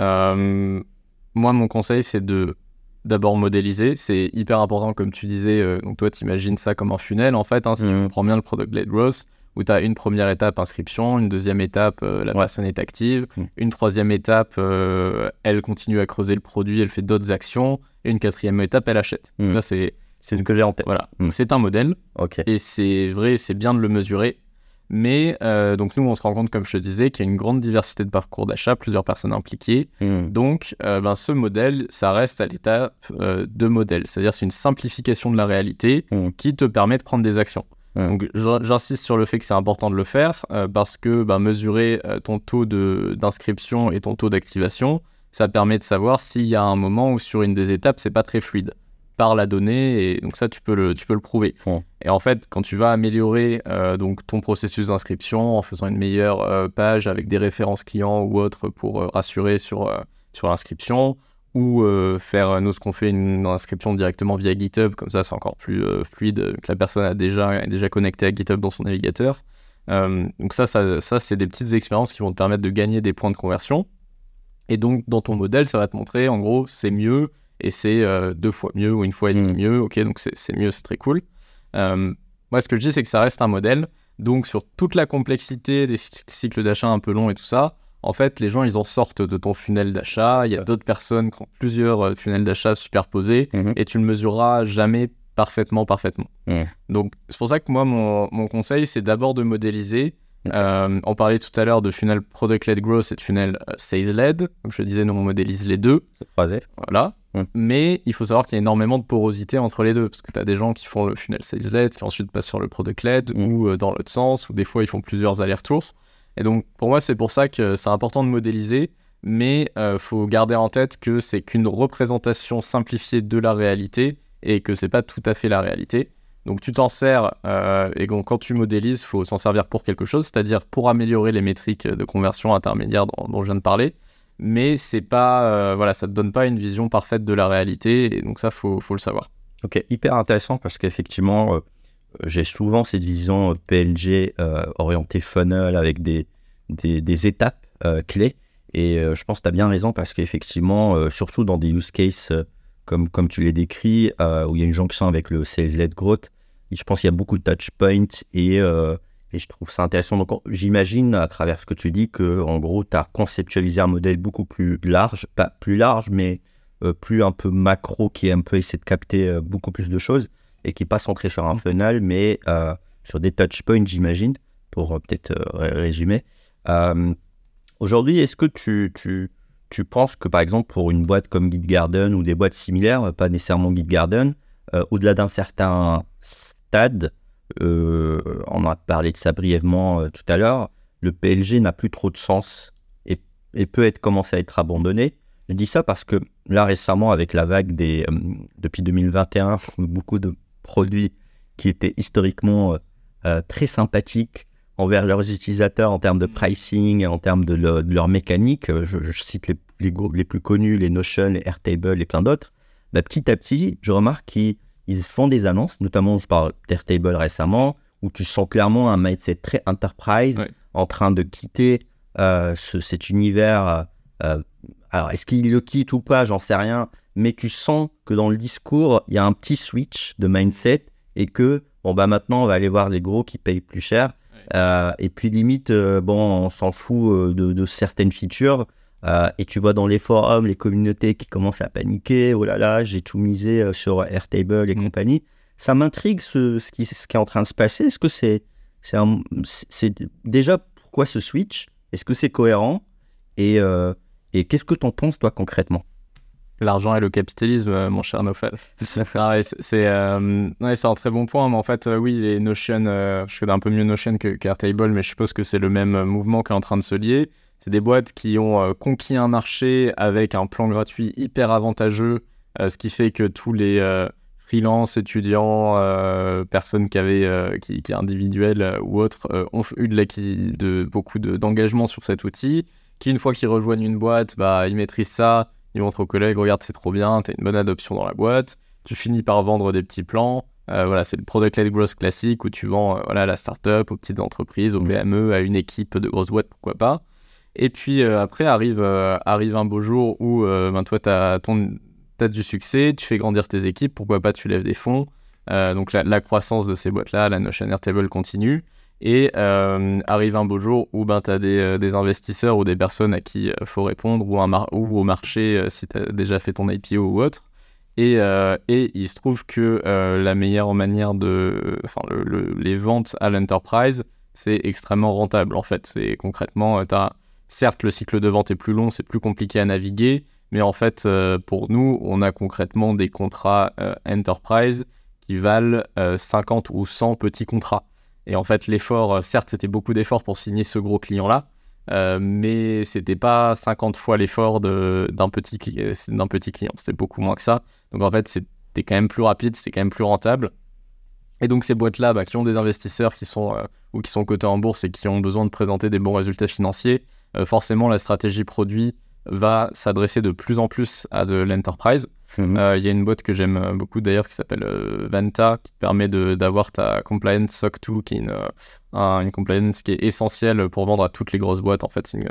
euh, moi mon conseil c'est de d'abord modéliser. C'est hyper important comme tu disais, euh, donc toi tu imagines ça comme un funnel en fait, hein, si mmh. tu comprends bien le product-led growth, où tu as une première étape, inscription, une deuxième étape, euh, la ouais. personne est active, mmh. une troisième étape, euh, elle continue à creuser le produit, elle fait d'autres actions, et une quatrième étape, elle achète. Mmh. Là, c'est, c'est ce que j'ai en tête. Voilà, mmh. c'est un modèle, okay. et c'est vrai, c'est bien de le mesurer, mais euh, donc nous, on se rend compte, comme je te disais, qu'il y a une grande diversité de parcours d'achat, plusieurs personnes impliquées, mmh. donc euh, ben, ce modèle, ça reste à l'étape euh, de modèle, c'est-à-dire c'est une simplification de la réalité mmh. qui te permet de prendre des actions. Mmh. Donc j'insiste sur le fait que c'est important de le faire euh, parce que bah, mesurer euh, ton taux de, d'inscription et ton taux d'activation, ça permet de savoir s'il y a un moment où sur une des étapes c'est pas très fluide par la donnée, et donc ça tu peux le, tu peux le prouver. Mmh. Et en fait quand tu vas améliorer euh, donc ton processus d'inscription en faisant une meilleure euh, page avec des références clients ou autres pour euh, rassurer sur, euh, sur l'inscription, ou euh, faire, nous, ce qu'on fait, une inscription directement via GitHub, comme ça, c'est encore plus euh, fluide, que la personne a déjà, est déjà connectée à GitHub dans son navigateur. Euh, donc ça, ça, ça, c'est des petites expériences qui vont te permettre de gagner des points de conversion. Et donc, dans ton modèle, ça va te montrer, en gros, c'est mieux, et c'est euh, deux fois mieux, ou une fois et demi mieux. Ok, donc c'est, c'est mieux, c'est très cool. Euh, moi, ce que je dis, c'est que ça reste un modèle. Donc, sur toute la complexité des cycles d'achat un peu longs et tout ça, en fait, les gens, ils en sortent de ton funnel d'achat. Il y a d'autres personnes qui ont plusieurs euh, funnels d'achat superposés mmh. et tu ne mesureras jamais parfaitement, parfaitement. Mmh. Donc, c'est pour ça que moi, mon, mon conseil, c'est d'abord de modéliser. Mmh. Euh, on parlait tout à l'heure de funnel product-led growth et de funnel euh, sales-led. Comme je te disais, nous, on modélise les deux. C'est croisé. Voilà. Mmh. Mais il faut savoir qu'il y a énormément de porosité entre les deux, parce que tu as des gens qui font le funnel sales-led, qui ensuite passent sur le product-led, mmh. ou euh, dans l'autre sens, ou des fois, ils font plusieurs allers-retours. Et donc, pour moi, c'est pour ça que c'est important de modéliser, mais il euh, faut garder en tête que c'est qu'une représentation simplifiée de la réalité et que c'est pas tout à fait la réalité. Donc, tu t'en sers, euh, et donc, quand tu modélises, il faut s'en servir pour quelque chose, c'est-à-dire pour améliorer les métriques de conversion intermédiaire dont, dont je viens de parler, mais c'est pas, euh, voilà, ça te donne pas une vision parfaite de la réalité, et donc ça, faut, faut le savoir. Ok, hyper intéressant, parce qu'effectivement... Euh... j'ai souvent cette vision P L G euh, orientée funnel avec des, des, des étapes euh, clé. Et euh, je pense que tu as bien raison parce qu'effectivement, euh, surtout dans des use cases euh, comme, comme tu l'as décrit, euh, où il y a une jonction avec le sales-led growth, je pense qu'il y a beaucoup de touch points et, euh, et je trouve ça intéressant. Donc, j'imagine à travers ce que tu dis qu'en gros, tu as conceptualisé un modèle beaucoup plus large, pas plus large, mais euh, plus un peu macro, qui un peu essaie de capter euh, beaucoup plus de choses et qui n'est pas centré sur un funnel, mais euh, sur des touch points, j'imagine, pour euh, peut-être euh, résumer. Euh, Aujourd'hui, est-ce que tu, tu, tu penses que, par exemple, pour une boîte comme GitGarden ou des boîtes similaires, pas nécessairement GitGarden, euh, au-delà d'un certain stade, euh, on a parlé de ça brièvement euh, tout à l'heure, le P L G n'a plus trop de sens et, et peut être commencé à être abandonné. Je dis ça parce que là, récemment, avec la vague des, euh, depuis deux mille vingt et un, beaucoup de produits qui étaient historiquement euh, euh, très sympathiques envers leurs utilisateurs en termes de pricing et en termes de, le, de leur mécanique, je, je cite les, les, les plus connus, les Notion, les Airtable et plein d'autres, bah, petit à petit, je remarque qu'ils ils font des annonces, notamment je parle d'Airtable récemment, où tu sens clairement un mindset très enterprise, ouais. en train de quitter euh, ce, cet univers. Euh, alors, est-ce qu'il le quitte ou pas, j'en sais rien, mais tu sens que dans le discours, il y a un petit switch de mindset et que, bon, bah maintenant, on va aller voir les gros qui payent plus cher. Euh, et puis limite, euh, bon, on s'en fout euh, de, de certaines features. Euh, et tu vois dans les forums, les communautés qui commencent à paniquer. Oh là là, j'ai tout misé euh, sur Airtable et mmh. compagnie. Ça m'intrigue ce, ce, qui, ce qui est en train de se passer. Est-ce que c'est, c'est, un, c'est, c'est déjà pourquoi ce switch ? Est-ce que c'est cohérent ? Et, euh, et qu'est-ce que t'en penses toi concrètement ? L'argent et le capitalisme, euh, mon cher Nofal. ah ouais, c'est, c'est, euh, ouais, c'est un très bon point, mais en fait, euh, oui, les Notion, euh, je connais un peu mieux Notion que, qu'Airtable, mais je suppose que c'est le même mouvement qui est en train de se lier. C'est des boîtes qui ont euh, conquis un marché avec un plan gratuit hyper avantageux, euh, ce qui fait que tous les euh, freelances, étudiants, euh, personnes qui avaient, euh, qui, qui individuelles euh, ou autres, euh, ont eu de, l'acquis, de beaucoup de, d'engagement sur cet outil, qui une fois qu'ils rejoignent une boîte, bah, ils maîtrisent ça. Ils montrent aux collègues, regarde, c'est trop bien, t'as une bonne adoption dans la boîte, tu finis par vendre des petits plans. Euh, voilà, c'est le product-led growth classique où tu vends euh, voilà, à la start-up, aux petites entreprises, aux P M E, à une équipe de grosses boîtes, pourquoi pas. Et puis euh, après, arrive, euh, arrive un beau jour où euh, ben, toi, t'as, ton, t'as du succès, tu fais grandir tes équipes, pourquoi pas tu lèves des fonds. Euh, donc la, la croissance de ces boîtes-là, la Notion Airtable continue. Et euh, arrive un beau jour où ben, tu as des, euh, des investisseurs ou des personnes à qui il euh, faut répondre, ou, un mar- ou au marché euh, si tu as déjà fait ton I P O ou autre. Et, euh, et il se trouve que euh, la meilleure manière de... Enfin, le, le, les ventes à l'enterprise, c'est extrêmement rentable. En fait, c'est concrètement, t'as, certes, le cycle de vente est plus long, c'est plus compliqué à naviguer, mais en fait, euh, pour nous, on a concrètement des contrats euh, enterprise qui valent euh, cinquante ou cent petits contrats. Et en fait, l'effort, certes, c'était beaucoup d'efforts pour signer ce gros client-là, euh, mais c'était pas cinquante fois l'effort de, d'un, petit, d'un petit client. C'était beaucoup moins que ça. Donc en fait, c'était quand même plus rapide, c'était quand même plus rentable. Et donc ces boîtes-là, bah, qui ont des investisseurs qui sont, euh, ou qui sont cotés en bourse et qui ont besoin de présenter des bons résultats financiers, euh, forcément, la stratégie produit va s'adresser de plus en plus à de l'enterprise. Il mmh. euh, y a une boîte que j'aime beaucoup d'ailleurs qui s'appelle euh, Vanta, qui permet de, d'avoir ta compliance S O C deux, qui est une, un, une compliance qui est essentielle pour vendre à toutes les grosses boîtes. En fait, c'est une,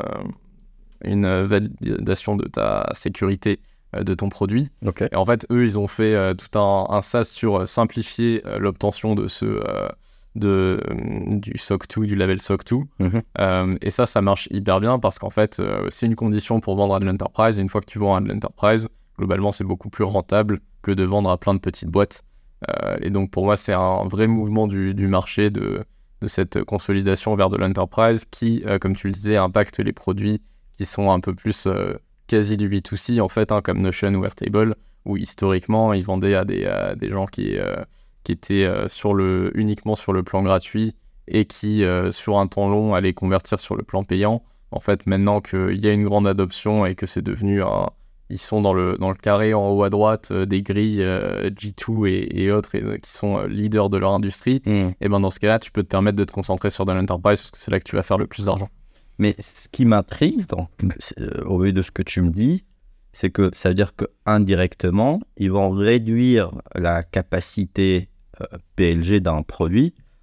une, une validation de ta sécurité euh, de ton produit. Okay. Et en fait, eux, ils ont fait euh, tout un, un SaaS sur simplifier euh, l'obtention de ce... Euh, de, euh, du S O C deux, du label S O C deux. Mmh. Euh, et ça, ça marche hyper bien parce qu'en fait, euh, c'est une condition pour vendre à de l'enterprise. Et une fois que tu vends à de l'enterprise, globalement, c'est beaucoup plus rentable que de vendre à plein de petites boîtes. Euh, et donc, pour moi, c'est un vrai mouvement du, du marché de, de cette consolidation vers de l'enterprise qui, euh, comme tu le disais, impacte les produits qui sont un peu plus euh, quasi du B deux C, en fait, hein, comme Notion ou Airtable, où historiquement, ils vendaient à des, à des gens qui... Euh, qui étaient euh, sur le, uniquement sur le plan gratuit et qui, euh, sur un temps long, allaient convertir sur le plan payant. En fait, maintenant qu'il y a une grande adoption et que c'est devenu un... Ils sont dans le, dans le carré en haut à droite euh, des grilles euh, G deux et, et autres et, euh, qui sont euh, leaders de leur industrie, mmh. et ben dans ce cas-là, tu peux te permettre de te concentrer sur de l'enterprise parce que c'est là que tu vas faire le plus d'argent. Mais ce qui m'intrigue, donc, euh, au vu de ce que tu me dis, c'est que ça veut dire qu'indirectement, ils vont réduire la capacité euh, P L G d'un produit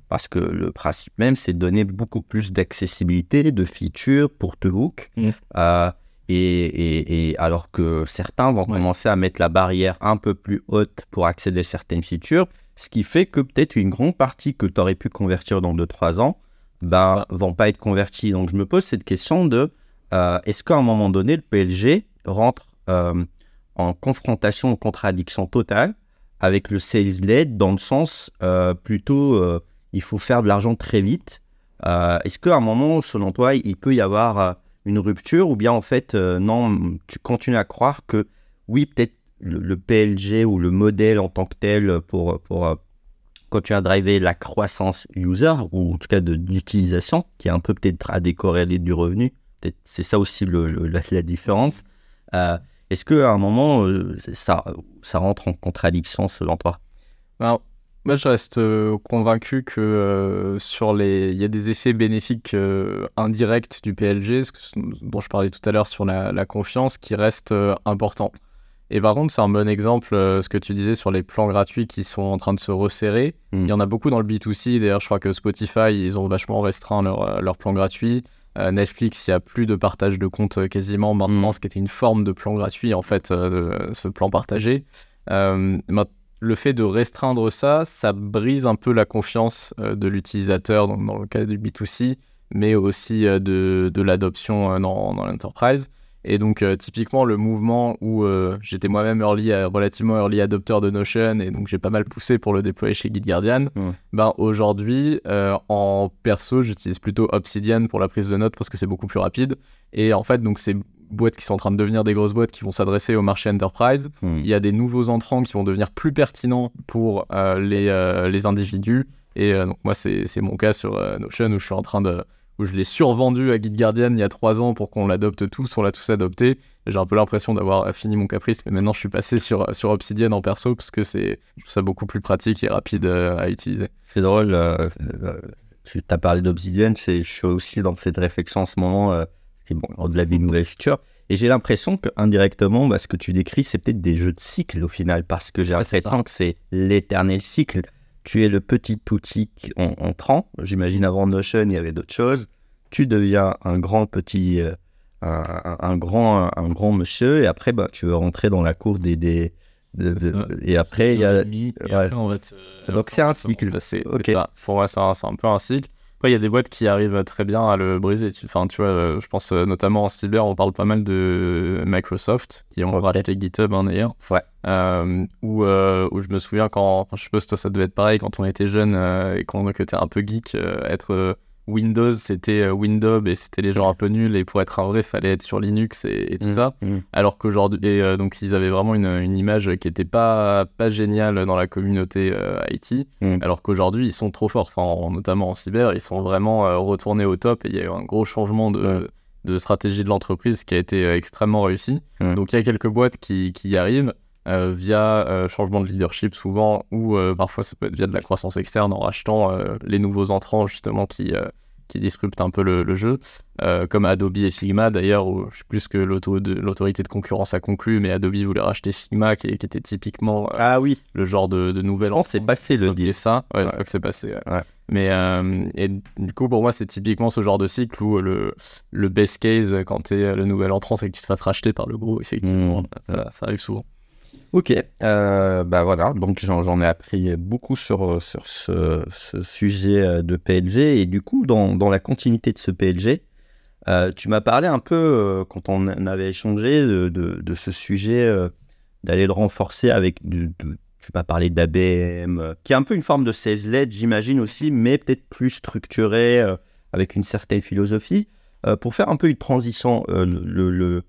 parce que le principe même, c'est de donner beaucoup plus d'accessibilité, de features pour te hook. Mmh. Euh, et, et, et alors que certains vont ouais. commencer à mettre la barrière un peu plus haute pour accéder à certaines features, ce qui fait que peut-être une grande partie que tu aurais pu convertir dans deux trois ans ben, ne vont pas être convertis. Donc, je me pose cette question de euh, est-ce qu'à un moment donné, le P L G rentre euh, en confrontation, en contradiction totale avec le sales-led dans le sens euh, plutôt euh, il faut faire de l'argent très vite. Euh, est-ce qu'à un moment, selon toi, il peut y avoir euh, une rupture ou bien en fait, euh, non, tu continues à croire que oui, peut-être le, le P L G ou le modèle en tant que tel pour, pour euh, continuer à driver la croissance user ou en tout cas de, d'utilisation qui est un peu peut-être à décorréler du revenu. Peut-être c'est ça aussi le, le, la, la différence. Euh, est-ce qu'à un moment, euh, ça, ça rentre en contradiction selon toi? Alors, moi, je reste euh, convaincu que euh, sur les, il y a des effets bénéfiques euh, indirects du P L G, ce que, dont je parlais tout à l'heure sur la, la confiance, qui reste euh, important. Et par contre, c'est un bon exemple, euh, ce que tu disais sur les plans gratuits qui sont en train de se resserrer. Mmh. Il y en a beaucoup dans le B deux C. D'ailleurs, je crois que Spotify, ils ont vachement restreint leurs leur plans gratuits. Euh, Netflix, il n'y a plus de partage de compte euh, quasiment maintenant, mmh. ce qui était une forme de plan gratuit, en fait, euh, de, ce plan partagé. Euh, le fait de restreindre ça, ça brise un peu la confiance euh, de l'utilisateur dans, dans le cas du B deux C, mais aussi euh, de, de l'adoption euh, dans, dans l'enterprise. Et donc, euh, typiquement, le mouvement où euh, j'étais moi-même early, euh, relativement early adopteur de Notion, et donc j'ai pas mal poussé pour le déployer chez GitGuardian, mmh. ben, aujourd'hui, euh, en perso, j'utilise plutôt Obsidian pour la prise de notes parce que c'est beaucoup plus rapide. Et en fait, donc, ces boîtes qui sont en train de devenir des grosses boîtes qui vont s'adresser au marché enterprise, mmh. il y a des nouveaux entrants qui vont devenir plus pertinents pour euh, les, euh, les individus. Et euh, donc, moi, c'est, c'est mon cas sur euh, Notion où je suis en train de... où je l'ai survendu à GitGuardian il y a trois ans pour qu'on l'adopte tous, on l'a tous adopté. J'ai un peu l'impression d'avoir fini mon caprice, mais maintenant je suis passé sur, sur Obsidian en perso parce que c'est, je trouve ça beaucoup plus pratique et rapide euh, à utiliser. C'est drôle, euh, euh, tu as parlé d'Obsidian, je suis aussi dans cette réflexion en ce moment, euh, bon, au-delà des nouvelles features, et j'ai l'impression qu'indirectement, bah, ce que tu décris, c'est peut-être des jeux de cycle au final, parce que j'ai l'impression ouais, que c'est l'éternel cycle. Tu es le petit outil entrant. J'imagine avant Notion, il y avait d'autres choses. Tu deviens un grand petit, euh, un, un, grand, un grand monsieur, et après, bah, tu veux rentrer dans la cour des, des de, de, de, et après, il y a. Et ouais. après, on va te, Donc c'est un cycle. C'est, okay. c'est ça. Pour moi, c'est un, c'est un peu un cycle. Après, il y a des boîtes qui arrivent très bien à le briser. Enfin, tu vois, je pense notamment en cyber, on parle pas mal de Microsoft, qui ont okay. racheté GitHub hein, d'ailleurs. Ouais. Euh, où, euh, où je me souviens quand, enfin, je suppose toi ça devait être pareil quand on était jeune euh, et quand que t'es un peu geek, euh, être euh, Windows c'était euh, Windows et c'était les gens un peu nuls et pour être un vrai fallait être sur Linux et, et tout mmh, ça. Mmh. Alors qu'aujourd'hui, et euh, donc ils avaient vraiment une, une image qui était pas, pas géniale dans la communauté euh, I T, mmh. alors qu'aujourd'hui ils sont trop forts, enfin, notamment en cyber, ils sont vraiment euh, retournés au top et il y a eu un gros changement de. Mmh. de stratégie de l'entreprise qui a été euh, extrêmement réussi. Mmh. Donc il y a quelques boîtes qui, qui y arrivent euh, via euh, changement de leadership souvent, ou euh, parfois ça peut être via de la croissance externe en rachetant euh, les nouveaux entrants justement qui, euh, qui disruptent un peu le, le jeu, euh, comme Adobe et Figma d'ailleurs, où je sais plus ce que l'auto, de, l'autorité de concurrence a conclu, mais Adobe voulait racheter Figma qui, qui était typiquement euh, ah, oui. le genre de, de nouvelle entrant. C'est passé le deal. Ça, ouais, ouais. c'est passé. Ouais. Ouais. Mais euh, et du coup, pour moi, c'est typiquement ce genre de cycle où le, le best case, quand tu es le nouvel entrant, c'est que tu te fasses racheter par le gros. Effectivement, mmh. ça, ça arrive souvent. Ok, euh, bah voilà, donc j'en, j'en ai appris beaucoup sur, sur ce, ce sujet de P L G. Et du coup, dans, dans la continuité de ce P L G, euh, tu m'as parlé un peu, euh, quand on avait échangé, de, de, de ce sujet, euh, d'aller le renforcer avec... De, de, tu m'as parlé d'A B M, euh, qui est un peu une forme de sales-led, j'imagine aussi, mais peut-être plus structurée, euh, avec une certaine philosophie. Euh, pour faire un peu une transition, euh, le, le,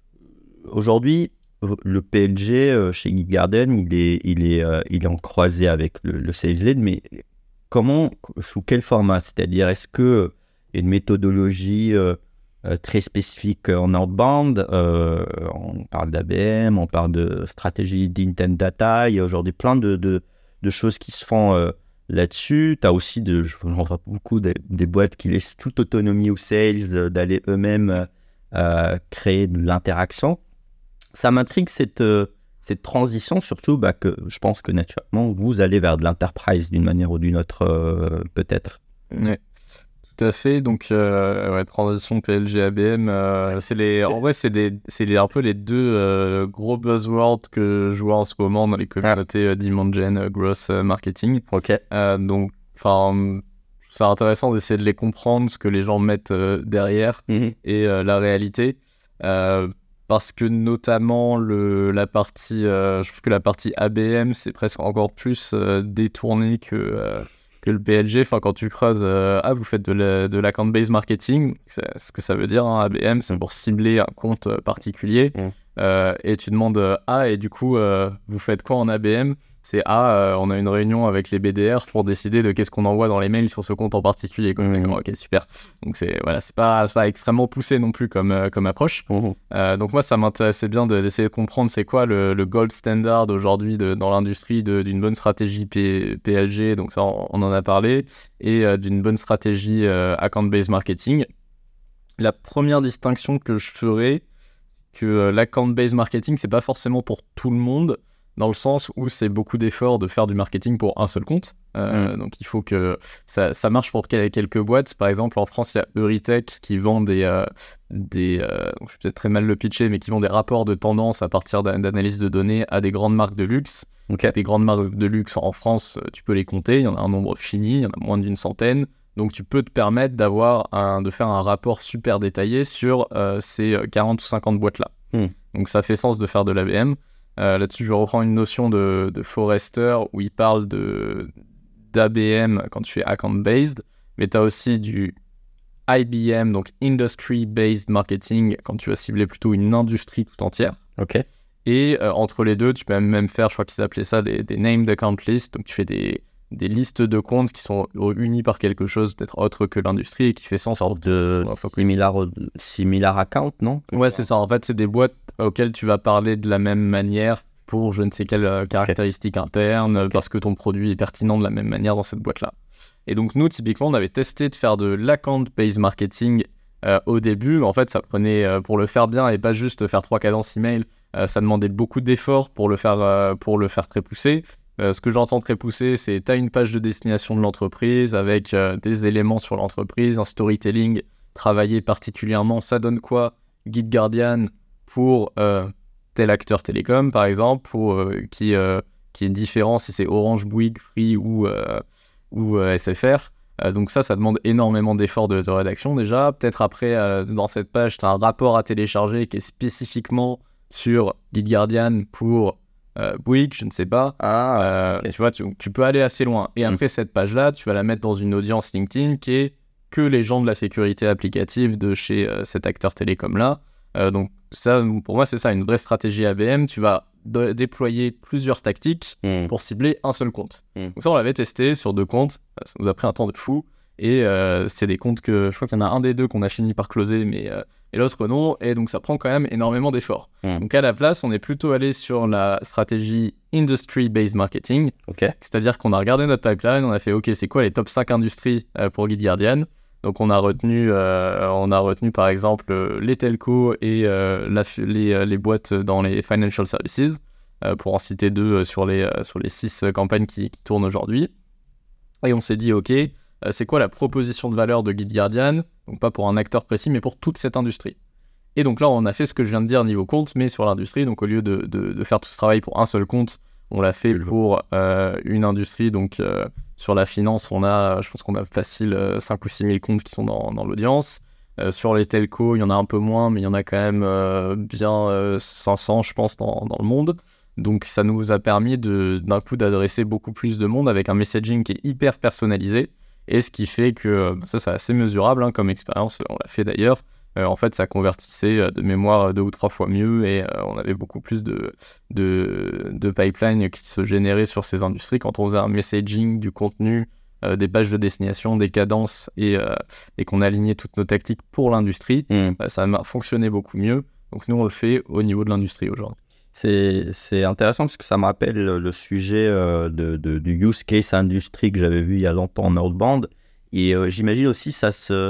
aujourd'hui, le P L G euh, chez GitGuardian, il est, il, est, euh, il est en croisé avec le, le sales-led, mais comment, sous quel format? C'est-à-dire, est-ce qu'il euh, y a une méthodologie euh, euh, très spécifique en outbound? euh, On parle d'A B M, on parle de stratégie d'intent data, il y a aujourd'hui plein de, de, de choses qui se font euh, là-dessus. Tu as aussi, de, j'en vois beaucoup, des, des boîtes qui laissent toute autonomie aux sales, d'aller eux-mêmes euh, créer de l'interaction. Ça m'intrigue cette, euh, cette transition, surtout bah, que je pense que naturellement, vous allez vers de l'enterprise d'une manière ou d'une autre, euh, peut-être. Ouais. Tout à fait, donc euh, ouais, transition P L G A B M, euh, c'est les, en vrai c'est, des, c'est les, un peu les deux euh, gros buzzwords que je vois en ce moment dans les communautés euh, demand gen, euh, growth euh, marketing. Ok. Euh, donc enfin c'est intéressant d'essayer de les comprendre, ce que les gens mettent euh, derrière Mm-hmm. et euh, la réalité, euh, parce que notamment le, la partie, euh, je trouve que la partie A B M c'est presque encore plus euh, détourné que... Euh, que le P L G. Enfin, quand tu creuses, euh, ah, vous faites de, la, de l'account-based marketing, c'est ce que ça veut dire, hein, A B M, c'est pour cibler un compte particulier. Mm. Euh, et tu demandes, euh, ah, et du coup, euh, vous faites quoi en A B M ? C'est, ah, euh, on a une réunion avec les B D R pour décider de qu'est-ce qu'on envoie dans les mails sur ce compte en particulier. Quoi. Mm. Ok, super. Donc, c'est, voilà, c'est pas, c'est pas extrêmement poussé non plus comme, euh, comme approche. Mm. Euh, donc, moi, ça m'intéressait bien de, d'essayer de comprendre c'est quoi le, le gold standard aujourd'hui de, dans l'industrie de, d'une bonne stratégie P, PLG. Donc, ça, on, on en a parlé. Et euh, d'une bonne stratégie euh, account-based marketing. La première distinction que je ferais, que euh, l'account-based marketing, c'est pas forcément pour tout le monde, dans le sens où c'est beaucoup d'efforts de faire du marketing pour un seul compte. Euh, mmh. Donc il faut que ça, ça marche pour quelques boîtes. Par exemple, en France, il y a Euritech qui vend des... Euh, des euh, je vais peut-être très mal le pitcher, mais qui vend des rapports de tendance à partir d'analyse de données à des grandes marques de luxe. Okay. Des grandes marques de luxe en France, tu peux les compter. Il y en a un nombre fini, il y en a moins d'une centaine. Donc tu peux te permettre d'avoir un, de faire un rapport super détaillé sur euh, ces quarante ou cinquante boîtes-là. Mmh. Donc ça fait sens de faire de l'A B M. Euh, là-dessus, je reprends une notion de, de Forrester où il parle de, d'A B M quand tu fais account-based, mais tu as aussi du I B M, donc Industry-Based Marketing, quand tu vas cibler plutôt une industrie tout entière. Ok. Et euh, entre les deux, tu peux même faire, je crois qu'ils appelaient ça des, des named account lists, donc tu fais des, des listes de comptes qui sont unis par quelque chose peut-être autre que l'industrie et qui fait sens. Sorte de similar, similar account, non ? Ouais, c'est ça. En fait, c'est des boîtes auxquelles tu vas parler de la même manière pour je ne sais quelle euh, caractéristique okay. interne, okay. parce que ton produit est pertinent de la même manière dans cette boîte-là. Et donc, nous, typiquement, on avait testé de faire de l'account-based marketing euh, au début. En fait, ça prenait, euh, pour le faire bien et pas juste faire trois cadences email, euh, ça demandait beaucoup d'efforts pour le faire, euh, pour le faire très poussé. Euh, ce que j'entends très poussé, c'est tu as une page de destination de l'entreprise avec euh, des éléments sur l'entreprise, un storytelling travaillé particulièrement. Ça donne quoi ? Guide Guardian pour euh, tel acteur télécom, par exemple, pour, euh, qui, euh, qui est différent si c'est Orange, Bouygues, Free ou, euh, ou euh, S F R. Euh, donc ça, ça demande énormément d'efforts de, de rédaction déjà. Peut-être après, euh, dans cette page, tu as un rapport à télécharger qui est spécifiquement sur Guide Guardian pour euh, Bouygues, je ne sais pas. Ah, euh, okay. Tu vois, tu, tu peux aller assez loin. Et après mmh. cette page-là, tu vas la mettre dans une audience LinkedIn qui est que les gens de la sécurité applicative de chez euh, cet acteur télécom-là. Euh, donc ça, pour moi, c'est ça, une vraie stratégie A B M. Tu vas d- déployer plusieurs tactiques mmh. pour cibler un seul compte. Mmh. Donc ça, on l'avait testé sur deux comptes. Ça nous a pris un temps de fou. Et euh, c'est des comptes que, je crois qu'il y en a un des deux qu'on a fini par closer, mais euh, et l'autre non. Et donc ça prend quand même énormément d'efforts. Mmh. Donc à la place, on est plutôt allé sur la stratégie Industry-Based Marketing. Okay. C'est-à-dire qu'on a regardé notre pipeline, on a fait, OK, c'est quoi les top cinq industries euh, pour Guide Guardian ? Donc on a retenu, euh, on a retenu par exemple euh, les telcos et euh, la, les, euh, les boîtes dans les financial services, euh, pour en citer deux euh, sur, les, euh, sur les six euh, campagnes qui, qui tournent aujourd'hui. Et on s'est dit, ok, euh, c'est quoi la proposition de valeur de Guide Guardian ? Donc pas pour un acteur précis, mais pour toute cette industrie. Et donc là, on a fait ce que je viens de dire niveau compte, mais sur l'industrie. Donc au lieu de, de, de faire tout ce travail pour un seul compte, on l'a fait pour euh, une industrie. Donc euh, sur la finance, on a, je pense qu'on a facile euh, cinq ou six mille comptes qui sont dans, dans l'audience. Euh, sur les telcos, il y en a un peu moins, mais il y en a quand même euh, bien euh, cinq cents, je pense, dans, dans le monde. Donc ça nous a permis de, d'un coup d'adresser beaucoup plus de monde avec un messaging qui est hyper personnalisé. Et ce qui fait que, ça c'est assez mesurable hein, comme expérience, on l'a fait d'ailleurs. Euh, en fait, ça convertissait euh, de mémoire deux ou trois fois mieux et euh, on avait beaucoup plus de, de, de pipeline qui se généraient sur ces industries quand on faisait un messaging du contenu, euh, des pages de destination, des cadences et, euh, et qu'on alignait toutes nos tactiques pour l'industrie. Mmh. Bah, ça a fonctionné beaucoup mieux. Donc nous, on le fait au niveau de l'industrie aujourd'hui. C'est, c'est intéressant parce que ça me rappelle le sujet euh, de, de, du use case industrie que j'avais vu il y a longtemps en Outbound. Et euh, j'imagine aussi ça se...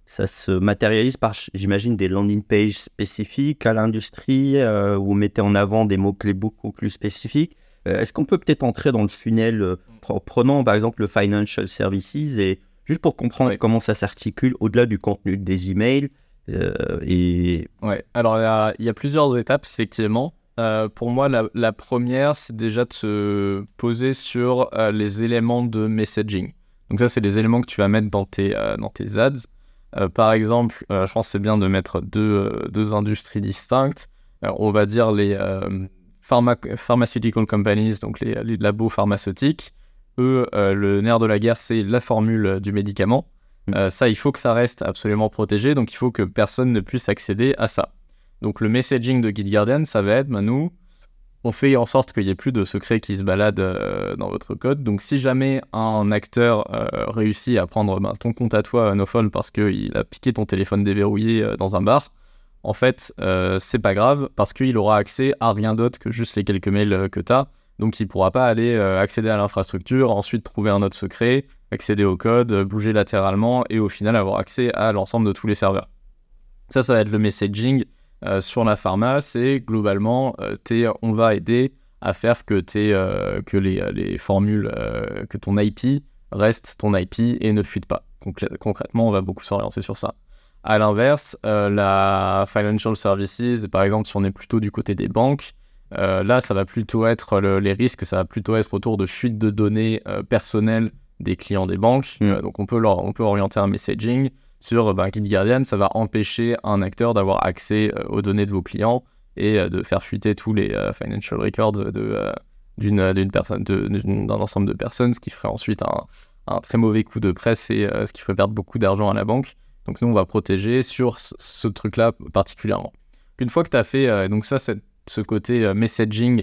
ça se matérialise par, j'imagine, des landing pages spécifiques à l'industrie, euh, où vous mettez en avant des mots-clés beaucoup plus spécifiques. Euh, est-ce qu'on peut peut-être entrer dans le funnel, euh, prenons par exemple le Financial Services, et juste pour comprendre oui. comment ça s'articule au-delà du contenu des emails. Euh, et... Ouais, alors il y a, il y a plusieurs étapes, effectivement. Euh, pour moi, la, la première, c'est déjà de se poser sur euh, les éléments de messaging. Donc ça, c'est les éléments que tu vas mettre dans tes, euh, dans tes ads. Euh, par exemple, euh, je pense que c'est bien de mettre deux, euh, deux industries distinctes. Euh, on va dire les euh, pharma- pharmaceutical companies, donc les, les labos pharmaceutiques. Eux, euh, le nerf de la guerre, c'est la formule du médicament. Euh, ça, il faut que ça reste absolument protégé, donc il faut que personne ne puisse accéder à ça. Donc le messaging de GuideGuardian, ça va être, ben, nous, on fait en sorte qu'il n'y ait plus de secrets qui se baladent euh, dans votre code. Donc si jamais un acteur euh, réussit à prendre ben, ton compte à toi, euh, NoFall, parce qu'il a piqué ton téléphone déverrouillé euh, dans un bar, en fait, euh, c'est pas grave, parce qu'il aura accès à rien d'autre que juste les quelques mails euh, que tu as. Donc il ne pourra pas aller euh, accéder à l'infrastructure, ensuite trouver un autre secret, accéder au code, euh, bouger latéralement, et au final avoir accès à l'ensemble de tous les serveurs. Ça, ça va être le messaging. Euh, sur la pharma, c'est globalement, euh, t'es, on va aider à faire que, t'es, euh, que les, les formules, euh, que ton I P reste ton I P et ne fuite pas. Concré- concrètement, on va beaucoup s'orienter sur ça. À l'inverse, euh, la Financial Services, par exemple, si on est plutôt du côté des banques, euh, là, ça va plutôt être, le, les risques, ça va plutôt être autour de fuite de données euh, personnelles des clients des banques. Mmh. Euh, donc, on peut, leur, on peut orienter un messaging sur ben, GuideGuardian, ça va empêcher un acteur d'avoir accès euh, aux données de vos clients et euh, de faire fuiter tous les euh, financial records de, euh, d'une, d'une personne, de, d'une, d'un ensemble de personnes, ce qui ferait ensuite un, un très mauvais coup de presse et euh, ce qui ferait perdre beaucoup d'argent à la banque. Donc nous, on va protéger sur ce, ce truc-là particulièrement. Une fois que tu as fait, euh, donc ça, c'est ce côté euh, messaging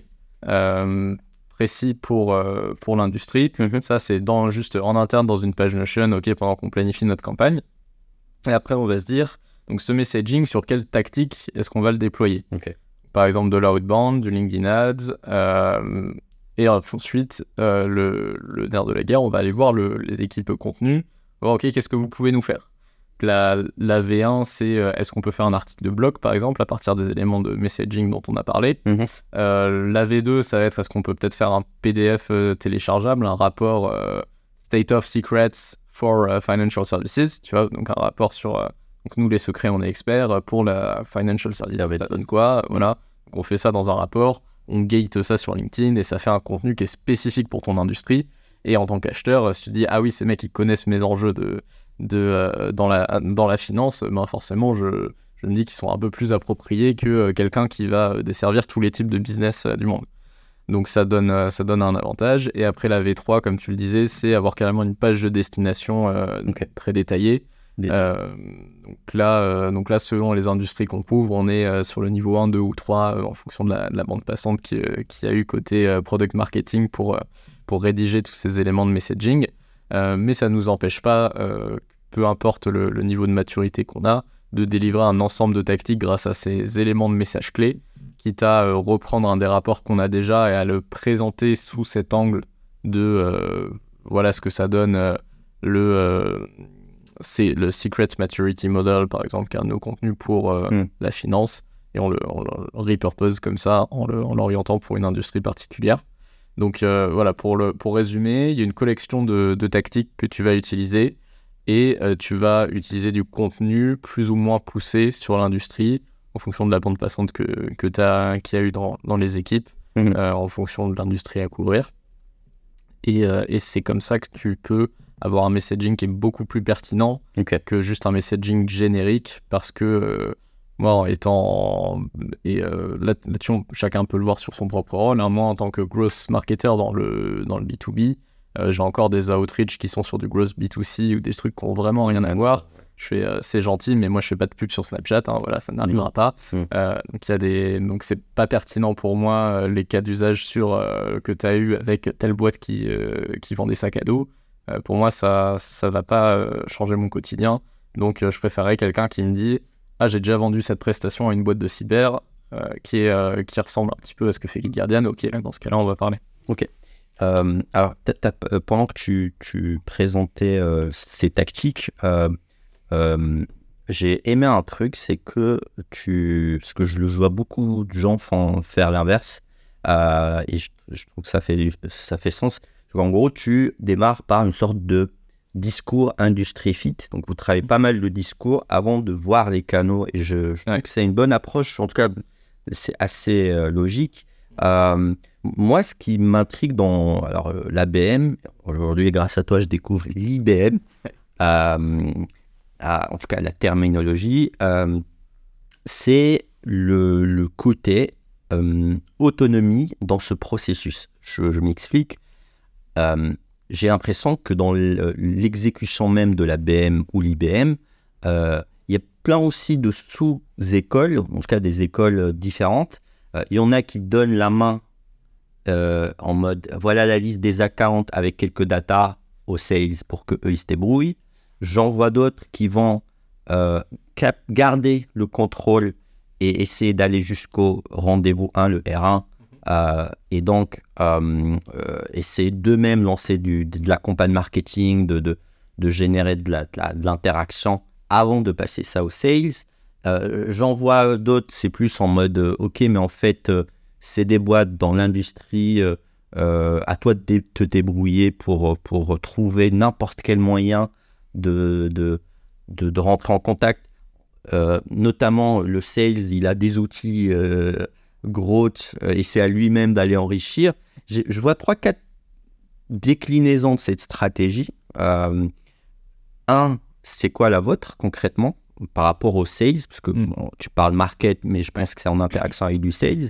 euh, précis pour, euh, pour l'industrie, mm-hmm. ça, c'est dans, juste en interne dans une page Notion, ok, pendant qu'on planifie notre campagne. Et après, on va se dire, donc ce messaging, sur quelle tactique est-ce qu'on va le déployer ? Okay. Par exemple, de l'outbound, du LinkedIn Ads, euh, et ensuite, euh, le, le nerf de la guerre, on va aller voir le, les équipes contenu, voir, ok, qu'est-ce que vous pouvez nous faire ? La, la V un, c'est euh, est-ce qu'on peut faire un article de blog, par exemple, à partir des éléments de messaging dont on a parlé. Mm-hmm. Euh, la V deux, ça va être est-ce qu'on peut peut-être faire un P D F euh, téléchargeable, un rapport euh, State of Secrets for uh, Financial Services, tu vois, donc un rapport sur... Euh, donc nous, les secrets, on est experts. Pour la Financial Services, ça, ça donne quoi ? Voilà. Donc on fait ça dans un rapport, on gate ça sur LinkedIn et ça fait un contenu qui est spécifique pour ton industrie. Et en tant qu'acheteur, si tu dis « Ah oui, ces mecs, ils connaissent mes enjeux de, de, euh, dans, la, dans la finance », ben forcément, je, je me dis qu'ils sont un peu plus appropriés que euh, quelqu'un qui va desservir tous les types de business euh, du monde. Donc ça donne, ça donne un avantage. Et après la V trois, comme tu le disais, c'est avoir carrément une page de destination euh, okay. très détaillée. Euh, donc, là, euh, donc là, selon les industries qu'on couvre, on est euh, sur le niveau un, deux ou trois euh, en fonction de la, de la bande passante qui, euh, qui a eu côté euh, product marketing pour, euh, pour rédiger tous ces éléments de messaging. Euh, mais ça ne nous empêche pas, euh, peu importe le, le niveau de maturité qu'on a, de délivrer un ensemble de tactiques grâce à ces éléments de message clés, quitte à euh, reprendre un des rapports qu'on a déjà et à le présenter sous cet angle de euh, voilà ce que ça donne euh, le, euh, c'est le Secret Maturity Model, par exemple, qui est un de nos contenus pour euh, mm. la finance, et on le, on le repurpose comme ça en, le, en l'orientant pour une industrie particulière. Donc euh, voilà, pour, le, pour résumer, il y a une collection de, de tactiques que tu vas utiliser et euh, tu vas utiliser du contenu plus ou moins poussé sur l'industrie en fonction de la bande passante que, que t'as, qu'il y a eu dans, dans les équipes, mmh. euh, en fonction de l'industrie à couvrir. Et, euh, et c'est comme ça que tu peux avoir un messaging qui est beaucoup plus pertinent okay. que juste un messaging générique, parce que euh, moi, en étant... En, et euh, là, là-dessus, on, chacun peut le voir sur son propre rôle. Hein, moi, en tant que growth marketer dans le, dans le B deux B, euh, j'ai encore des outreach qui sont sur du growth B deux C ou des trucs qui n'ont vraiment rien à voir. Je fais, euh, c'est gentil, mais moi je fais pas de pub sur Snapchat, hein, voilà, ça n'arrivera mmh. pas. Mmh. Euh, donc il y a des, donc c'est pas pertinent pour moi euh, les cas d'usage sur euh, que tu as eu avec telle boîte qui euh, qui vend des sacs à dos. Euh, pour moi ça ça va pas euh, changer mon quotidien. Donc euh, je préférerais quelqu'un qui me dit ah j'ai déjà vendu cette prestation à une boîte de cyber euh, qui est euh, qui ressemble un petit peu à ce que fait GuideGuardian. Ok, là dans ce cas-là on va parler. Ok. Euh, alors t'as, t'as, pendant que tu tu présentais euh, ces tactiques. Euh, euh, j'ai aimé un truc, c'est que tu, parce que je le vois beaucoup de gens font, faire l'inverse, euh, et je, je trouve que ça fait, ça fait sens. En gros, tu démarres par une sorte de discours industrie fit. Donc, vous travaillez pas mal le discours avant de voir les canaux. Et je, je trouve Ouais. que c'est une bonne approche. En tout cas, c'est assez euh, logique. Euh, moi, ce qui m'intrigue dans alors, euh, l'A B M, aujourd'hui, grâce à toi, je découvre l'I B M. Euh, à, en tout cas, la terminologie, euh, c'est le, le côté euh, autonomie dans ce processus. Je, je m'explique. Euh, j'ai l'impression que dans l'exécution même de la B M ou l'I B M, euh, il y a plein aussi de sous-écoles, en tout cas des écoles différentes. Euh, il y en a qui donnent la main euh, en mode voilà la liste des accounts avec quelques data aux sales pour qu'eux ils se débrouillent. J'en vois d'autres qui vont euh, cap- garder le contrôle et essayer d'aller jusqu'au rendez-vous un, le R un. Euh, et donc euh, euh, essayer d'eux-mêmes lancer du, de la campagne marketing, de, de, de générer de, la, de, la, de l'interaction avant de passer ça aux sales. Euh, j'en vois d'autres, c'est plus en mode euh, ok, mais en fait euh, c'est des boîtes dans l'industrie, euh, euh, à toi de dé- te débrouiller pour, pour trouver n'importe quel moyen de, de, de, de rentrer en contact. Euh, notamment le sales, il a des outils euh, growth euh, et c'est à lui-même d'aller enrichir. J'ai, je vois trois, quatre déclinaisons de cette stratégie. Euh, un, c'est quoi la vôtre concrètement par rapport aux sales, parce que Mm. bon, tu parles market, mais je pense que c'est en interaction avec du sales.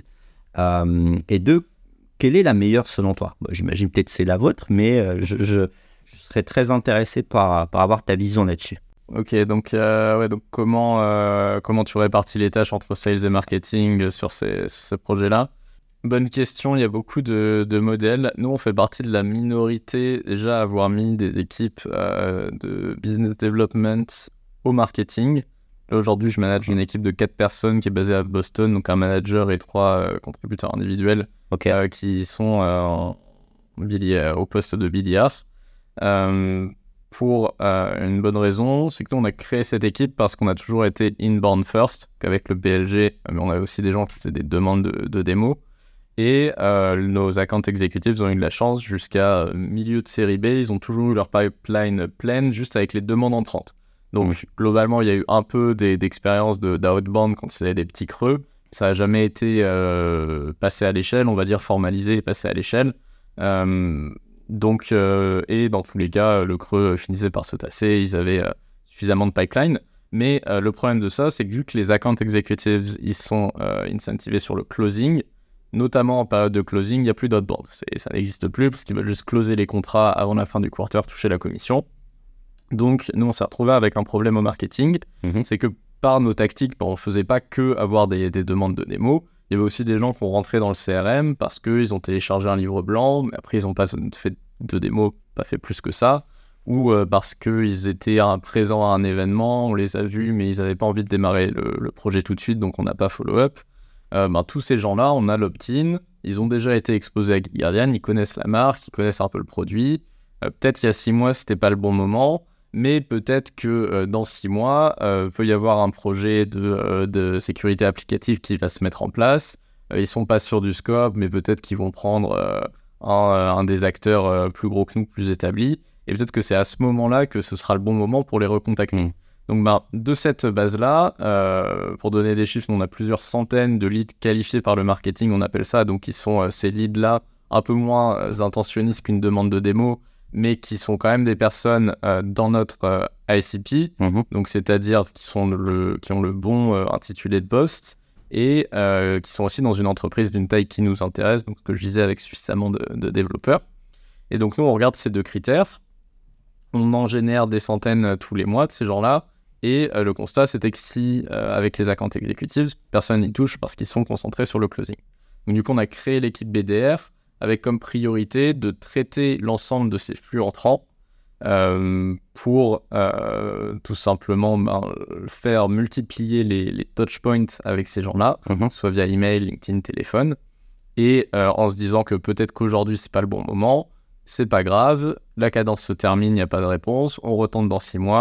Euh, et deux, quelle est la meilleure selon toi? Bon, j'imagine peut-être c'est la vôtre, mais euh, je, je, je serais très intéressé par, par avoir ta vision là-dessus. Ok, donc, euh, ouais, donc comment, euh, comment tu répartis les tâches entre sales et marketing sur ces, sur ces projets-là? Bonne question, il y a beaucoup de, de modèles. Nous, on fait partie de la minorité déjà à avoir mis des équipes euh, de business development au marketing. Là, aujourd'hui, je manage une équipe de quatre personnes qui est basée à Boston, donc un manager et trois euh, contributeurs individuels Ok. euh, qui sont euh, en B D R, au poste de B D R. Euh, pour euh, une bonne raison, c'est que nous, on a créé cette équipe parce qu'on a toujours été inbound first, qu'avec le B L G, mais on avait aussi des gens qui faisaient des demandes de, de démos. Et euh, nos account executives ont eu de la chance jusqu'à euh, milieu de série B, ils ont toujours eu leur pipeline pleine juste avec les demandes entrantes. Donc Mmh. globalement, il y a eu un peu des, d'expérience de, d'outbound quand il y avait des petits creux. Ça n'a jamais été euh, passé à l'échelle, on va dire formalisé et passé à l'échelle. Euh, donc, euh, et dans tous les cas, le creux finissait par se tasser, ils avaient euh, suffisamment de pipeline. Mais euh, le problème de ça, c'est que vu que les account executives, ils sont euh, incentivés sur le closing, notamment en période de closing, il n'y a plus d'outbound. C'est, ça n'existe plus parce qu'ils veulent juste closer les contrats avant la fin du quarter, toucher la commission. Donc, nous, on s'est retrouvé avec un problème au marketing. Mhm. C'est que par nos tactiques, on ne faisait pas que avoir des, des demandes de démo. Il y avait aussi des gens qui ont rentré dans le C R M parce qu'ils ont téléchargé un livre blanc, mais après, ils n'ont pas fait de démo, pas fait plus que ça. Ou euh, parce qu'ils étaient un, présents à un événement, on les a vus, mais ils n'avaient pas envie de démarrer le, le projet tout de suite, donc on n'a pas follow-up. Euh, ben, tous ces gens-là, on a l'opt-in, ils ont déjà été exposés à Guardian, ils connaissent la marque, ils connaissent un peu le produit. Euh, peut-être il y a six mois, c'était pas le bon moment, mais peut-être que euh, dans six mois, il euh, peut y avoir un projet de, euh, de sécurité applicative qui va se mettre en place. Euh, ils sont pas sûrs du scope, mais peut-être qu'ils vont prendre euh, un, un des acteurs euh, plus gros que nous, plus établis. Et peut-être que c'est à ce moment-là que ce sera le bon moment pour les recontacter. Mmh. Donc, bah, de cette base-là, euh, pour donner des chiffres, on a plusieurs centaines de leads qualifiés par le marketing, on appelle ça. Donc, qui sont euh, ces leads-là un peu moins euh, intentionnistes qu'une demande de démo, mais qui sont quand même des personnes euh, dans notre euh, I C P. Mmh. Donc, c'est-à-dire qui, sont le, qui ont le bon euh, intitulé de poste et euh, qui sont aussi dans une entreprise d'une taille qui nous intéresse, donc ce que je disais avec suffisamment de, de développeurs. Et donc, nous, on regarde ces deux critères. On en génère des centaines tous les mois de ces gens-là. Et euh, le constat, c'était que si, euh, avec les accounts executives, personne n'y touche parce qu'ils sont concentrés sur le closing. Donc, du coup, on a créé l'équipe B D R avec comme priorité de traiter l'ensemble de ces flux entrants euh, pour euh, tout simplement ben, faire multiplier les, les touchpoints avec ces gens-là, mm-hmm. soit via email, LinkedIn, téléphone. Et euh, en se disant que peut-être qu'aujourd'hui, c'est pas le bon moment. C'est pas grave, la cadence se termine, il n'y a pas de réponse, on retente dans six mois,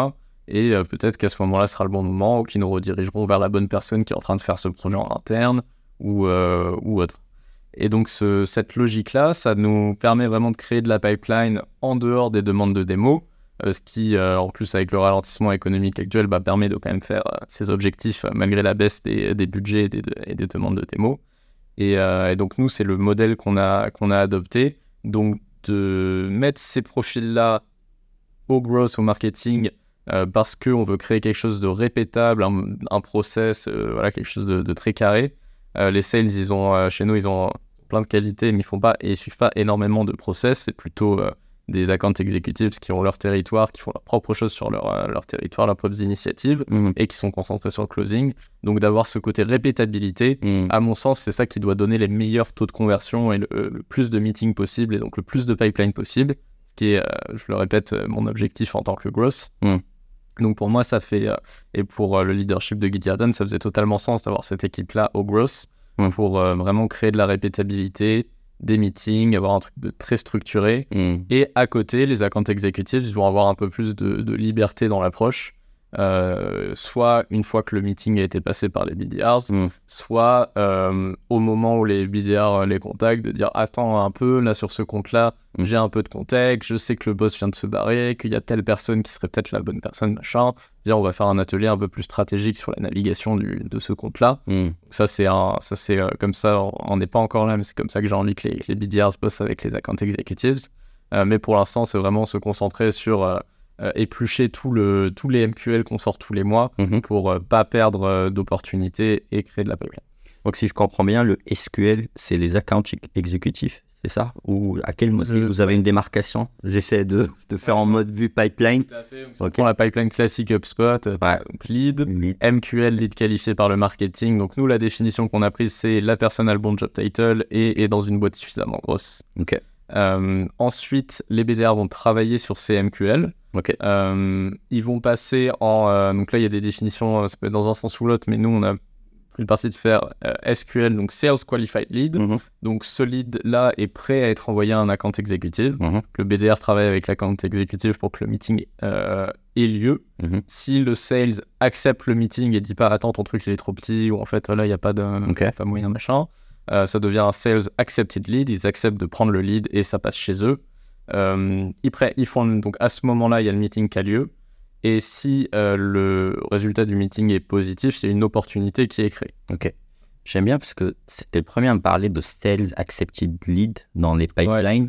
et euh, peut-être qu'à ce moment-là sera le bon moment ou qu'ils nous redirigeront vers la bonne personne qui est en train de faire ce projet en interne ou, euh, ou autre. Et donc ce, cette logique-là, ça nous permet vraiment de créer de la pipeline en dehors des demandes de démo, euh, ce qui, euh, en plus avec le ralentissement économique actuel, bah, permet de quand même faire euh, ces objectifs euh, malgré la baisse des, des budgets et des, de, et des demandes de démo. Et, euh, et donc nous, c'est le modèle qu'on a, qu'on a adopté, donc de mettre ces profils-là au growth, au marketing, euh, parce qu'on veut créer quelque chose de répétable, un, un process, euh, voilà, quelque chose de, de très carré. Euh, les sales, ils ont, euh, chez nous, ils ont plein de qualités, mais ils font pas, et ils suivent pas énormément de process. C'est plutôt euh, des account executives qui ont leur territoire, qui font leurs propres choses sur leur, euh, leur territoire, leurs propres initiatives, mmh. et qui sont concentrés sur le closing. Donc d'avoir ce côté répétabilité, mmh. à mon sens, c'est ça qui doit donner les meilleurs taux de conversion et le, le plus de meetings possible, et donc le plus de pipeline possible, ce qui est, euh, je le répète, mon objectif en tant que growth. Mmh. Donc pour moi, ça fait, euh, et pour euh, le leadership de Gideon, ça faisait totalement sens d'avoir cette équipe-là au growth mmh. pour euh, vraiment créer de la répétabilité, des meetings, avoir un truc de très structuré. Mmh. Et à côté, les account executives, ils vont avoir un peu plus de, de liberté dans l'approche. Euh, soit une fois que le meeting a été passé par les B D Rs, mmh. soit euh, au moment où les B D R les contactent, de dire attends un peu, là sur ce compte-là, mmh. j'ai un peu de contexte, je sais que le boss vient de se barrer, qu'il y a telle personne qui serait peut-être la bonne personne, machin. Dire, on va faire un atelier un peu plus stratégique sur la navigation du, de ce compte-là. Mmh. Ça c'est, un, ça, c'est euh, comme ça, on n'est pas encore là, mais c'est comme ça que j'ai envie que les, les B D Rs bossent avec les account executives. Euh, mais pour l'instant, c'est vraiment se concentrer sur... Euh, Euh, éplucher tout le, tous les M Q L qu'on sort tous les mois mmh. pour ne euh, pas perdre euh, d'opportunités et créer de la pipeline. Donc si je comprends bien, le S Q L, c'est les accounts exécutifs, c'est ça? Ou à quel moment je... vous avez une démarcation? J'essaie de, de faire ouais, en mode vue pipeline. Tout à fait. Donc, si okay. on prend la pipeline classique HubSpot, ouais. donc lead, lead, M Q L, lead qualifié par le marketing. Donc nous, la définition qu'on a prise, c'est la personne a le bon job title et est dans une boîte suffisamment grosse. Okay. Euh, ensuite, les B D R vont travailler sur ces M Q L. Okay. Euh, ils vont passer en... Euh, donc là, il y a des définitions, ça peut être dans un sens ou l'autre, mais nous, on a pris le parti de faire euh, S Q L, donc Sales Qualified Lead. Mm-hmm. Donc ce lead-là est prêt à être envoyé à un account executive. Mm-hmm. Le B D R travaille avec l'account executive pour que le meeting euh, ait lieu. Mm-hmm. Si le sales accepte le meeting et dit pas « Attends, ton truc, il est trop petit » ou en fait, là, il n'y a pas de okay. pas moyen, machin, euh, ça devient un Sales Accepted Lead. Ils acceptent de prendre le lead et ça passe chez eux. Euh, ils, pré- ils font donc à ce moment-là, il y a le meeting qui a lieu, et si euh, le résultat du meeting est positif, c'est une opportunité qui est créée. Ok, j'aime bien parce que c'était le premier à me parler de Sales Accepted Lead dans les pipelines. Ouais.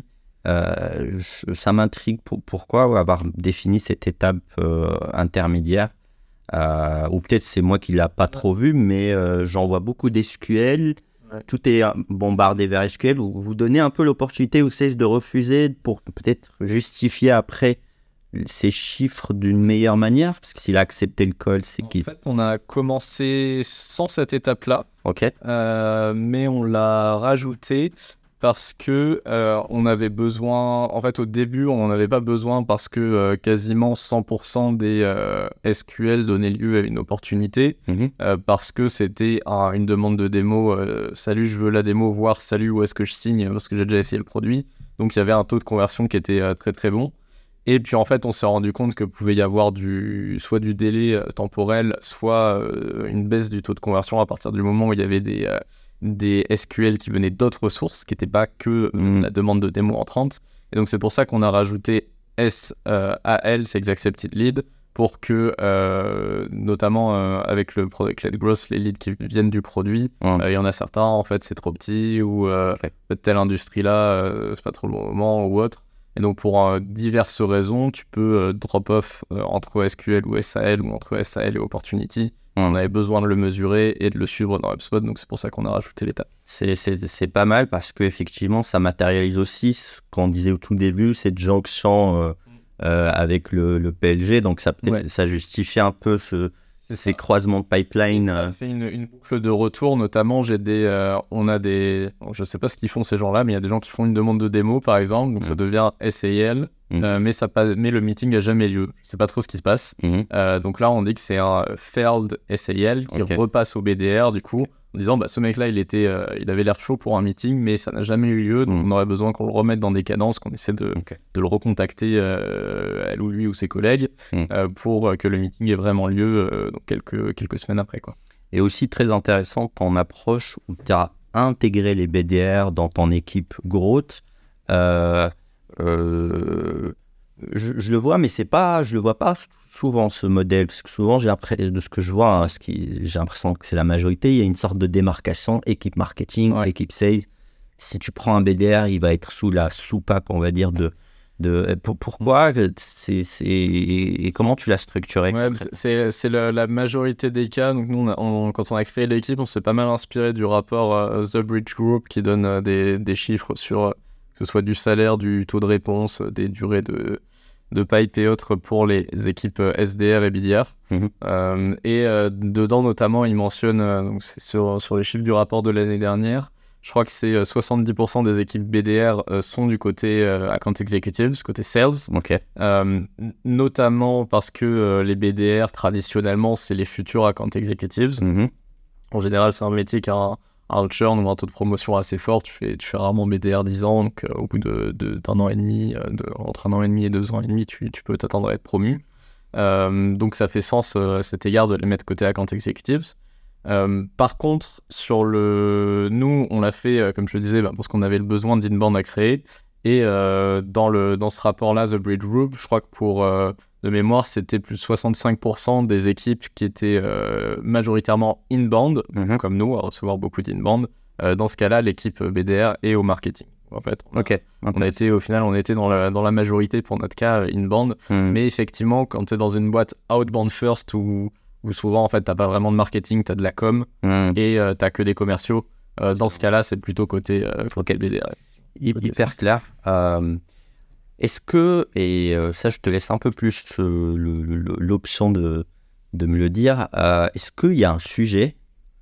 Euh, je, ça m'intrigue pour, pourquoi avoir défini cette étape euh, intermédiaire. Euh, ou peut-être c'est moi qui ne l'ai pas trop vu, mais euh, j'en vois beaucoup d'S Q L. Ouais. Tout est bombardé vers S Q L. Vous, vous donnez un peu l'opportunité au sales de refuser pour peut-être justifier après ces chiffres d'une meilleure manière, parce que s'il a accepté le call, c'est en qu'il... En fait, on a commencé sans cette étape-là, okay. euh, mais on l'a rajouté parce que euh, on avait besoin... En fait, au début, on n'en avait pas besoin parce que euh, quasiment cent pour cent des euh, S Q L donnaient lieu à une opportunité, mm-hmm. euh, parce que c'était un, une demande de démo, euh, « Salut, je veux la démo, voir salut, où est-ce que je signe ?» parce que j'ai déjà essayé le produit. Donc, il y avait un taux de conversion qui était euh, très, très bon. Et puis, en fait, on s'est rendu compte que pouvait y avoir du, soit du délai euh, temporel, soit euh, une baisse du taux de conversion à partir du moment où il y avait des... Euh, des S Q L qui venaient d'autres sources, qui n'étaient pas que mmh. la demande de démo entrante. Et donc, c'est pour ça qu'on a rajouté S A L, Sales Accepted Lead, pour que, euh, notamment euh, avec le Product-Led Growth, les leads qui viennent du produit, il mmh. euh, y en a certains, en fait, c'est trop petit, ou euh, okay. telle industrie-là, euh, c'est pas trop le bon moment, ou autre. Et donc, pour euh, diverses raisons, tu peux euh, drop-off euh, entre S Q L ou S A L, ou entre S A L et Opportunity. On avait besoin de le mesurer et de le suivre dans HubSpot, donc c'est pour ça qu'on a rajouté l'étape. C'est, c'est, c'est pas mal parce qu'effectivement, ça matérialise aussi ce qu'on disait au tout début, cette jonction euh, euh, avec le, le P L G, donc ça, ouais. ça justifie un peu ce, ces croisements de pipeline. Ça fait une, une boucle de retour, notamment, j'ai des, euh, on a des, je ne sais pas ce qu'ils font ces gens-là, mais il y a des gens qui font une demande de démo, par exemple, donc mmh. ça devient S A L. Mmh. Euh, mais, ça, mais le meeting n'a jamais lieu. Je ne sais pas trop ce qui se passe. Mmh. Euh, donc là, on dit que c'est un failed S A L qui okay. repasse au B D R, du coup, en disant bah, ce mec-là, il, était, euh, il avait l'air chaud pour un meeting, mais ça n'a jamais eu lieu, donc mmh. on aurait besoin qu'on le remette dans des cadences, qu'on essaie de, okay. de le recontacter, euh, elle ou lui ou ses collègues, mmh. euh, pour que le meeting ait vraiment lieu euh, donc quelques, quelques semaines après, quoi. Et aussi très intéressant ton approche où tu as intégré les B D R dans ton équipe growth. Euh, euh, je, je le vois, mais c'est pas, je le vois pas souvent ce modèle, parce que souvent j'ai de ce que je vois, hein, ce qui, j'ai l'impression que c'est la majorité, il y a une sorte de démarcation, équipe marketing, ouais. équipe sales. Si tu prends un B D R, il va être sous la soupape, on va dire, de De, pour, pourquoi c'est, c'est, et comment tu l'as structuré? Ouais, c'est, c'est la, la majorité des cas. Donc nous, on a, on, quand on a créé l'équipe, on s'est pas mal inspiré du rapport euh, The Bridge Group qui donne euh, des, des chiffres sur euh, que ce soit du salaire, du taux de réponse, des durées de, de pipe et autres pour les équipes S D R et B D R. Mm-hmm. Euh, et euh, dedans, notamment, ils mentionnent, euh, donc c'est sur, sur les chiffres du rapport de l'année dernière, je crois que c'est soixante-dix pour cent des équipes B D R euh, sont du côté euh, account executives, côté sales. Okay. Euh, notamment parce que euh, les B D R, traditionnellement, c'est les futurs account executives. Mm-hmm. En général, c'est un métier qui a un, un churn ou un taux de promotion assez fort. Tu fais, tu fais rarement B D R dix ans, donc euh, au bout de, de, d'un an et demi, euh, de, entre un an et demi et deux ans et demi, tu, tu peux t'attendre à être promu. Euh, donc ça fait sens euh, à cet égard de les mettre côté account executives. Euh, par contre, sur le, nous, on l'a fait, euh, comme je le disais, bah, parce qu'on avait le besoin d'inbound à créer. Et euh, dans, le, dans ce rapport-là, The Bridge Group, je crois que pour, euh, de mémoire, c'était plus de soixante-cinq pour cent des équipes qui étaient euh, majoritairement inbound, mm-hmm. comme nous, à recevoir beaucoup d'inbound. Euh, dans ce cas-là, l'équipe B D R est au marketing. En fait, on, okay. a, on a été, au final, on était dans la, dans la majorité, pour notre cas, inbound. Mm. Mais effectivement, quand tu es dans une boîte outbound first ou où souvent, en fait, t'as pas vraiment de marketing, t'as de la com, mmh. et euh, t'as que des commerciaux. Euh, dans ce cas-là, c'est plutôt côté, euh, côté B D R. Hyper clair. Euh, est-ce que, et euh, ça, je te laisse un peu plus euh, le, le, l'option de, de me le dire, euh, est-ce qu'il y a un sujet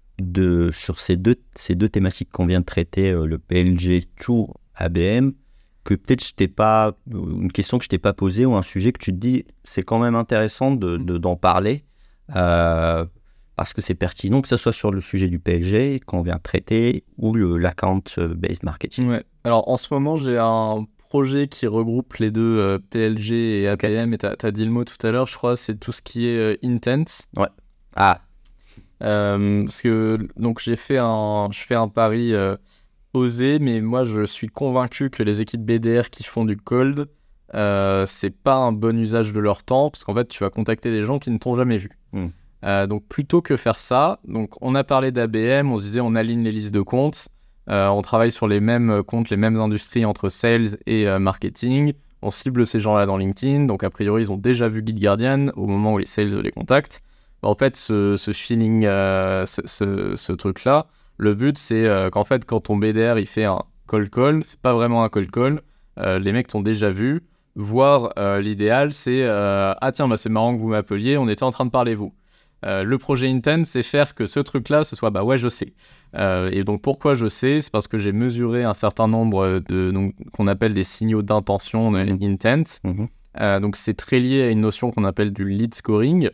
de, sur ces deux, ces deux thématiques qu'on vient de traiter, euh, le P L G to A B M, que peut-être je t'ai pas, une question que je t'ai pas posée, ou un sujet que tu te dis, c'est quand même intéressant de, de, d'en parler, Euh, parce que c'est pertinent, que ce soit sur le sujet du P L G qu'on vient de traiter ou le, l'account-based marketing. Ouais. Alors en ce moment, j'ai un projet qui regroupe les deux euh, P L G et A B M, okay. et tu as dit le mot tout à l'heure, je crois, c'est tout ce qui est euh, intent. Ouais. Ah. Euh, parce que donc j'ai fait un, je fais un pari euh, osé, mais moi je suis convaincu que les équipes B D R qui font du cold, Euh, c'est pas un bon usage de leur temps, parce qu'en fait tu vas contacter des gens qui ne t'ont jamais vu. Mm. Euh, donc plutôt que faire ça, donc on a parlé d'A B M, on se disait on aligne les listes de comptes, euh, on travaille sur les mêmes comptes, les mêmes industries entre sales et euh, marketing, on cible ces gens-là dans LinkedIn, donc a priori ils ont déjà vu GuideGuardian au moment où les sales les contactent. En fait ce, ce feeling, euh, ce, ce, ce truc-là, le but c'est euh, qu'en fait quand ton B D R il fait un cold call, c'est pas vraiment un cold call, euh, les mecs t'ont déjà vu. Voire euh, l'idéal, c'est euh, ah tiens, bah, c'est marrant que vous m'appeliez, on était en train de parler vous. Euh, le projet Intent, c'est faire que ce truc-là, ce soit bah ouais, je sais. Euh, et donc pourquoi je sais, c'est parce que j'ai mesuré un certain nombre de donc, qu'on appelle des signaux d'intention, de intent. Mm-hmm. Euh, donc c'est très lié à une notion qu'on appelle du lead scoring.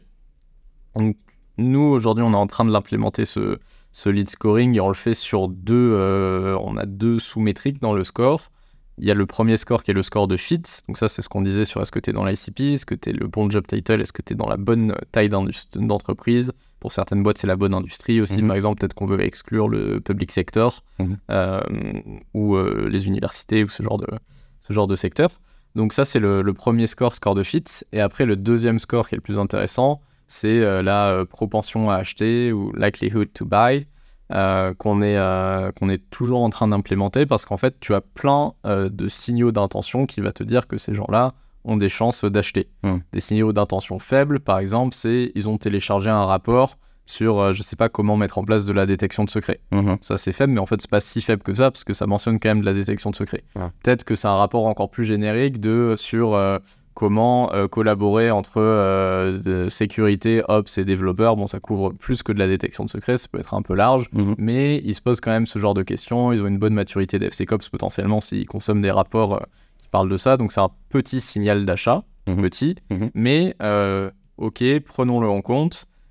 Donc nous aujourd'hui, on est en train de l'implémenter ce, ce lead scoring et on le fait sur deux, euh, on a deux sous-métriques dans le score. Il y a le premier score qui est le score de fit. Donc ça, c'est ce qu'on disait sur est-ce que tu es dans l'I C P, est-ce que tu es le bon job title, est-ce que tu es dans la bonne taille d'entreprise. Pour certaines boîtes, c'est la bonne industrie aussi. Mm-hmm. Par exemple, peut-être qu'on veut exclure le public sector mm-hmm. euh, ou euh, les universités ou ce genre de, ce genre de secteur. Donc ça, c'est le, le premier score, score de fit. Et après, le deuxième score qui est le plus intéressant, c'est euh, la euh, propension à acheter ou likelihood to buy. Euh, qu'on, est, euh, qu'on est toujours en train d'implémenter parce qu'en fait, tu as plein euh, de signaux d'intention qui va te dire que ces gens-là ont des chances d'acheter. Mmh. Des signaux d'intention faibles, par exemple, c'est ils ont téléchargé un rapport sur, euh, je sais pas comment mettre en place de la détection de secret. Mmh. Ça, c'est faible, mais en fait, c'est pas si faible que ça parce que ça mentionne quand même de la détection de secret. Mmh. Peut-être que c'est un rapport encore plus générique de, sur... Euh, comment euh, collaborer entre euh, de sécurité, ops et développeurs. Bon, ça couvre plus que de la détection de secrets, ça peut être un peu large, mmh. mais ils se posent quand même ce genre de questions. Ils ont une bonne maturité DevSecOps potentiellement s'ils consomment des rapports euh, qui parlent de ça. Donc, c'est un petit signal d'achat, mmh. petit, mmh. mais euh, ok, prenons-le en compte.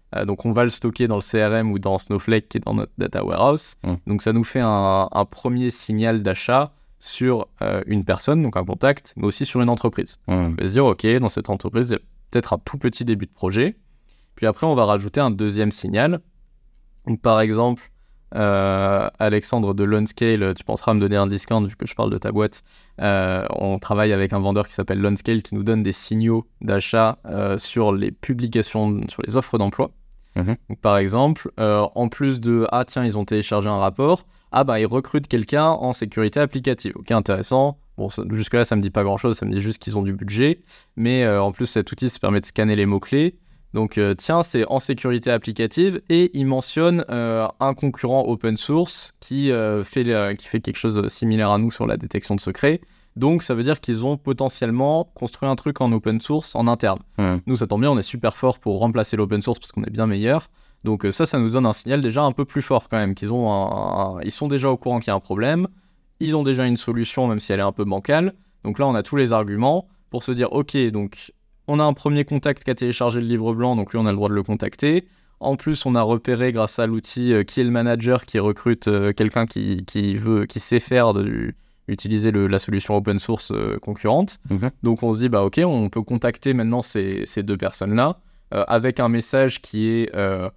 Euh, donc, on va le stocker dans le C R M ou dans Snowflake qui est dans notre data warehouse. Mmh. Donc, ça nous fait un, un premier signal d'achat sur euh, une personne, donc un contact, mais aussi sur une entreprise. Mmh. On va se dire, OK, dans cette entreprise, il y a peut-être un tout petit début de projet. Puis après, on va rajouter un deuxième signal. Donc, par exemple, euh, Alexandre de Lonscale, tu penseras me donner un discount vu que je parle de ta boîte. Euh, on travaille avec un vendeur qui s'appelle Lonscale qui nous donne des signaux d'achat euh, sur les publications, sur les offres d'emploi. Mmh. Donc, par exemple, euh, en plus de « Ah tiens, ils ont téléchargé un rapport », ah bah ils recrutent quelqu'un en sécurité applicative. Ok, intéressant. Bon, ça, jusque-là, ça me dit pas grand-chose, ça me dit juste qu'ils ont du budget. Mais euh, en plus, cet outil se permet de scanner les mots-clés. Donc, euh, tiens, c'est en sécurité applicative et il mentionne euh, un concurrent open source qui, euh, fait, euh, qui fait quelque chose de similaire à nous sur la détection de secrets. Donc, ça veut dire qu'ils ont potentiellement construit un truc en open source en interne. Mmh. Nous, ça tombe bien, on est super fort pour remplacer l'open source parce qu'on est bien meilleur. Donc, euh, ça, ça nous donne un signal déjà un peu plus fort quand même, qu'ils ont un, un, ils sont déjà au courant qu'il y a un problème. Ils ont déjà une solution, même si elle est un peu bancale. Donc là, on a tous les arguments pour se dire, OK, donc... on a un premier contact qui a téléchargé le livre blanc, donc lui, on a le droit de le contacter. En plus, on a repéré grâce à l'outil euh, qui est le manager qui recrute euh, quelqu'un qui, qui, veut, qui sait faire de, utiliser le, la solution open source euh, concurrente. Mm-hmm. Donc, on se dit, bah, OK, on peut contacter maintenant ces, ces deux personnes-là euh, avec un message qui est euh,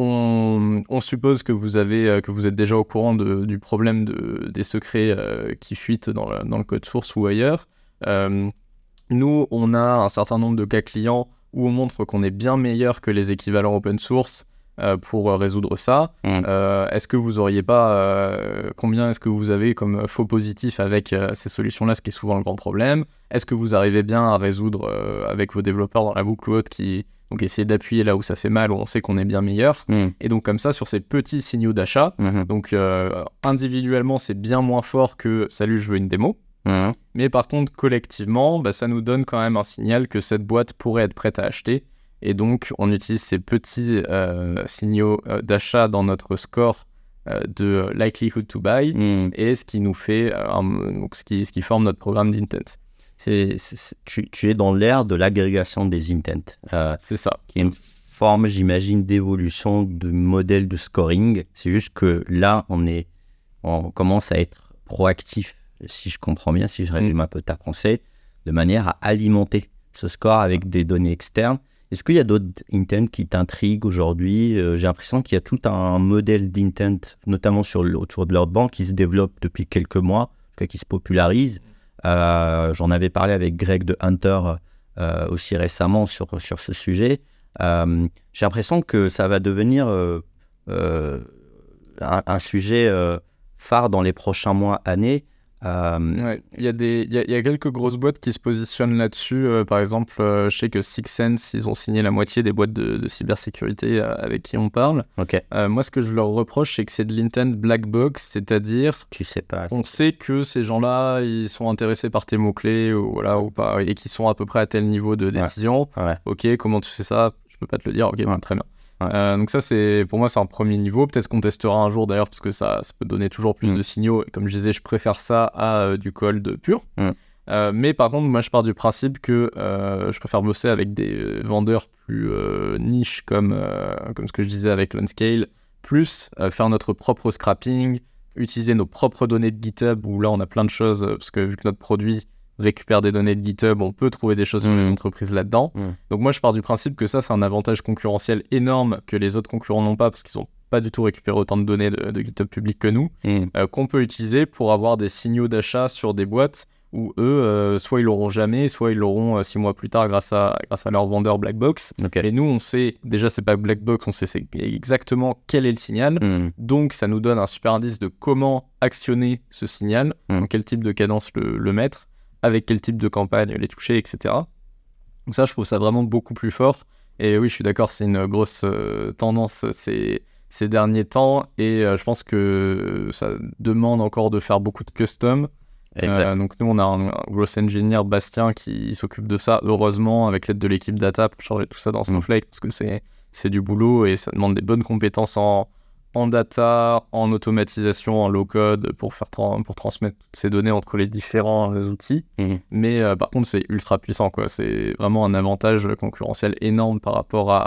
on, on suppose que vous, avez, euh, que vous êtes déjà au courant de, du problème de, des secrets euh, qui fuitent dans le, dans le code source ou ailleurs. Euh, Nous, on a un certain nombre de cas clients où on montre qu'on est bien meilleur que les équivalents open source euh, pour euh, résoudre ça. Mmh. Euh, est-ce que vous auriez pas... Euh, combien est-ce que vous avez comme faux positifs avec euh, ces solutions-là, ce qui est souvent le grand problème? Est-ce que vous arrivez bien à résoudre euh, avec vos développeurs dans la boucle ou autre qui... Donc, essayer d'appuyer là où ça fait mal, où on sait qu'on est bien meilleur. Mmh. Et donc, comme ça, sur ces petits signaux d'achat, mmh. donc euh, individuellement, c'est bien moins fort que « Salut, je veux une démo ». Mmh. Mais par contre, collectivement, bah, ça nous donne quand même un signal que cette boîte pourrait être prête à acheter. Et donc, on utilise ces petits euh, signaux euh, d'achat dans notre score euh, de likelihood to buy, mmh. et ce qui nous fait, euh, un, donc ce qui, ce qui forme notre programme d'intent. C'est, c'est, tu, tu es dans l'ère de l'agrégation des intents. Euh, c'est ça. Qui est une forme, j'imagine, d'évolution de modèle de scoring. C'est juste que là, on, est, on commence à être proactif, si je comprends bien, si je résume mmh. un peu ta pensée, de manière à alimenter ce score avec des données externes. Est-ce qu'il y a d'autres intents qui t'intriguent aujourd'hui? euh, J'ai l'impression qu'il y a tout un modèle d'intent, notamment sur le, autour de l'outbound, qui se développe depuis quelques mois, qui se popularise. Euh, j'en avais parlé avec Greg de Hunter euh, aussi récemment sur, sur ce sujet. Euh, j'ai l'impression que ça va devenir euh, euh, un, un sujet euh, phare dans les prochains mois, années. Euh... Ouais, il y a des, il y a, il y a quelques grosses boîtes qui se positionnent là-dessus. Euh, par exemple, euh, je sais que Six Sense, ils ont signé la moitié des boîtes de, de cybersécurité euh, avec qui on parle. Okay. Euh, moi, ce que je leur reproche, c'est que c'est de l'intent black box, c'est-à-dire, tu sais pas. On sait que ces gens-là, ils sont intéressés par tes mots-clés ou voilà ou pas, et qui sont à peu près à tel niveau de décision. Ouais. Ouais. Ok, comment tu sais ça? Je peux pas te le dire. Ok, ouais. Bon, très bien. Ouais. Euh, donc ça, c'est, pour moi, c'est un premier niveau. Peut-être qu'on testera un jour d'ailleurs, parce que ça, ça peut donner toujours plus mmh. de signaux. Et comme je disais, je préfère ça à euh, du cold pur. Mmh. Euh, mais par contre, moi, je pars du principe que euh, je préfère bosser avec des vendeurs plus euh, niches, comme, euh, comme ce que je disais avec Lonscale, plus euh, faire notre propre scrapping, utiliser nos propres données de GitHub, où là, on a plein de choses, parce que vu que notre produit récupère des données de GitHub, on peut trouver des choses sur mmh. les entreprises là-dedans. Mmh. Donc moi, je pars du principe que ça, c'est un avantage concurrentiel énorme que les autres concurrents n'ont pas, parce qu'ils n'ont pas du tout récupéré autant de données de, de GitHub public que nous, mmh. euh, qu'on peut utiliser pour avoir des signaux d'achat sur des boîtes où eux, euh, soit ils l'auront jamais, soit ils l'auront euh, six mois plus tard grâce à, grâce à leur vendeur Black Box. Okay. Et nous, on sait, déjà, c'est pas Black Box, on sait c'est exactement quel est le signal. Mmh. Donc, ça nous donne un super indice de comment actionner ce signal, mmh. dans quel type de cadence le, le mettre, avec quel type de campagne les toucher, et cetera. Donc ça, je trouve ça vraiment beaucoup plus fort. Et oui, je suis d'accord, c'est une grosse euh, tendance ces, ces derniers temps. Et euh, je pense que ça demande encore de faire beaucoup de custom. Euh, donc nous, on a un, un gros engineer, Bastien, qui s'occupe de ça, heureusement, avec l'aide de l'équipe data pour changer tout ça dans Snowflake, parce que c'est, c'est du boulot et ça demande des bonnes compétences en... en data, en automatisation, en low-code, pour, faire tra- pour transmettre toutes ces données entre les différents outils. Mmh. Mais euh, par contre, c'est ultra puissant, quoi. C'est vraiment un avantage concurrentiel énorme par rapport à,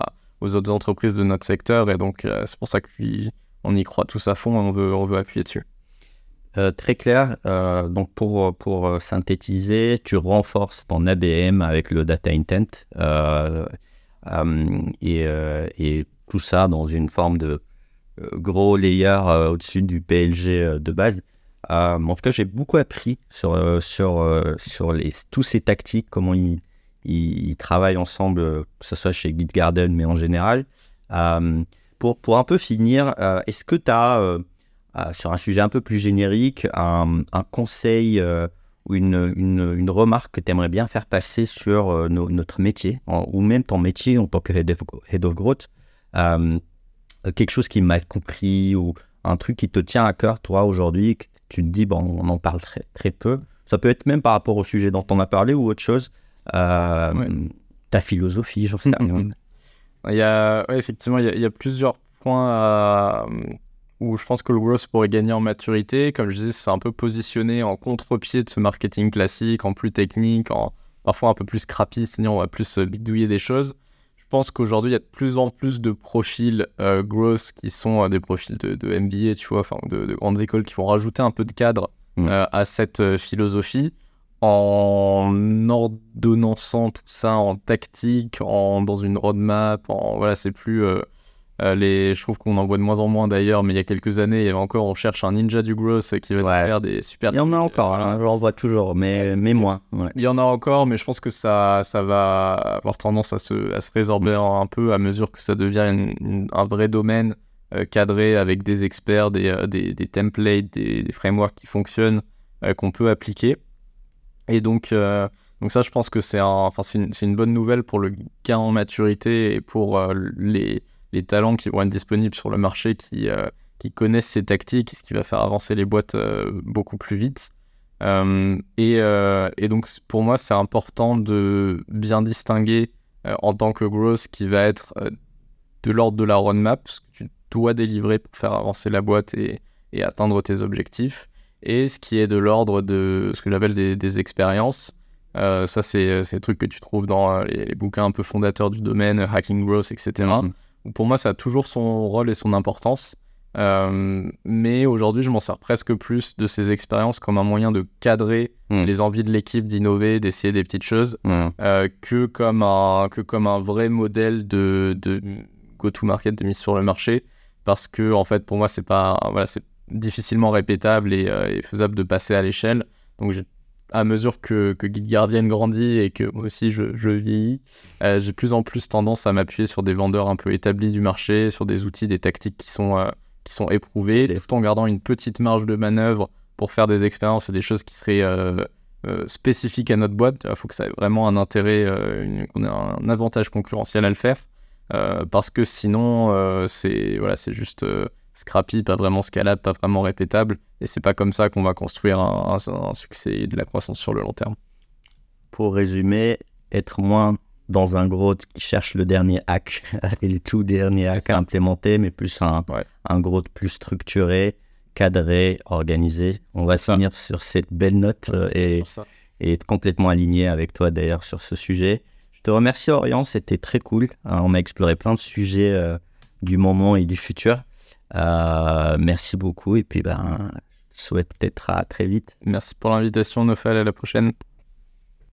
aux autres entreprises de notre secteur. Et donc, euh, c'est pour ça qu'on y croit tous à fond et on veut, on veut appuyer dessus. Euh, très clair. Euh, donc, pour, pour synthétiser, tu renforces ton A B M avec le data intent euh, euh, et, euh, et tout ça dans une forme de euh, gros layer euh, au-dessus du P L G euh, de base. Euh, en tout cas, j'ai beaucoup appris sur, euh, sur, euh, sur les, tous ces tactiques, comment ils, ils, ils travaillent ensemble, euh, que ce soit chez GitGarden, mais en général. Euh, pour, pour un peu finir, euh, est-ce que tu as... Euh, Euh, sur un sujet un peu plus générique, un, un conseil euh, ou une, une, une remarque que tu aimerais bien faire passer sur euh, no, notre métier, en, ou même ton métier en tant que Head of, head of Growth, euh, quelque chose qui est mal compris ou un truc qui te tient à cœur, toi, aujourd'hui, que tu te dis, bon, on en parle très, très peu. Ça peut être même par rapport au sujet dont on a parlé ou autre chose. Euh, ouais. Ta philosophie, j'en sais rien. Il y a, ouais, effectivement, il y, a, il y a plusieurs points à... où je pense que le growth pourrait gagner en maturité. Comme je disais, c'est un peu positionné en contre-pied de ce marketing classique, en plus technique, en parfois un peu plus scrappy, c'est-à-dire on va plus bidouiller des choses. Je pense qu'aujourd'hui, il y a de plus en plus de profils euh, growth qui sont euh, des profils de, de M B A, tu vois, enfin de, de grandes écoles qui vont rajouter un peu de cadre mmh. euh, à cette euh, philosophie en ordonnançant tout ça en tactique, en, dans une roadmap, en, voilà, c'est plus... Euh, Euh, les, je trouve qu'on en voit de moins en moins d'ailleurs, mais il y a quelques années, il y avait encore, on cherche un ninja du growth qui va ouais. faire des super... Il y en a encore, hein, j'en vois toujours, mais, mais moins. Ouais. Il y en a encore, mais je pense que ça, ça va avoir tendance à se, à se résorber mmh. un peu à mesure que ça devient une, une, un vrai domaine euh, cadré avec des experts, des, euh, des, des templates, des, des frameworks qui fonctionnent, euh, qu'on peut appliquer. Et donc, euh, donc ça, je pense que c'est, un, enfin, c'est, une, c'est une bonne nouvelle pour le gain en maturité et pour euh, les... les talents qui vont être disponibles sur le marché, qui, euh, qui connaissent ces tactiques, ce qui va faire avancer les boîtes euh, beaucoup plus vite. Euh, et, euh, et donc, pour moi, c'est important de bien distinguer euh, en tant que growth ce qui va être euh, de l'ordre de la roadmap, ce que tu dois délivrer pour faire avancer la boîte et, et atteindre tes objectifs, et ce qui est de l'ordre de ce que j'appelle des, des expériences. Euh, ça, c'est, c'est des trucs que tu trouves dans les, les bouquins un peu fondateurs du domaine, Hacking Growth, et cetera. Mm-hmm. Pour moi, ça a toujours son rôle et son importance. Euh, mais aujourd'hui, je m'en sers presque plus de ces expériences comme un moyen de cadrer mmh. les envies de l'équipe d'innover, d'essayer des petites choses, mmh. euh, que, comme un, que comme un vrai modèle de, de go-to-market, de mise sur le marché. Parce que, en fait, pour moi, c'est, pas, voilà, c'est difficilement répétable et, euh, et faisable de passer à l'échelle. Donc, j'ai à mesure que, que GitGarden grandit et que moi aussi je, je vieillis, euh, j'ai de plus en plus tendance à m'appuyer sur des vendeurs un peu établis du marché, sur des outils, des tactiques qui sont, euh, qui sont éprouvés, tout en gardant une petite marge de manœuvre pour faire des expériences et des choses qui seraient euh, euh, spécifiques à notre boîte. Il faut que ça ait vraiment un intérêt, euh, une, qu'on ait un avantage concurrentiel à le faire, euh, parce que sinon, euh, c'est, voilà, c'est juste... Euh, scrappy, pas vraiment scalable, pas vraiment répétable, et c'est pas comme ça qu'on va construire un, un, un succès et de la croissance sur le long terme. Pour résumer, être moins dans un growth qui cherche le dernier hack et les tout derniers hacks à implémenter, mais plus un, ouais. un growth plus structuré, cadré, organisé. On va c'est finir ça. Sur cette belle note ouais, euh, et, et être complètement aligné avec toi d'ailleurs sur ce sujet. Je te remercie Orion, c'était très cool. Hein, on a exploré plein de sujets euh, du moment et du futur. Euh, merci beaucoup et puis ben, je souhaite peut-être à très vite. Merci pour l'invitation, Nofal, à la prochaine.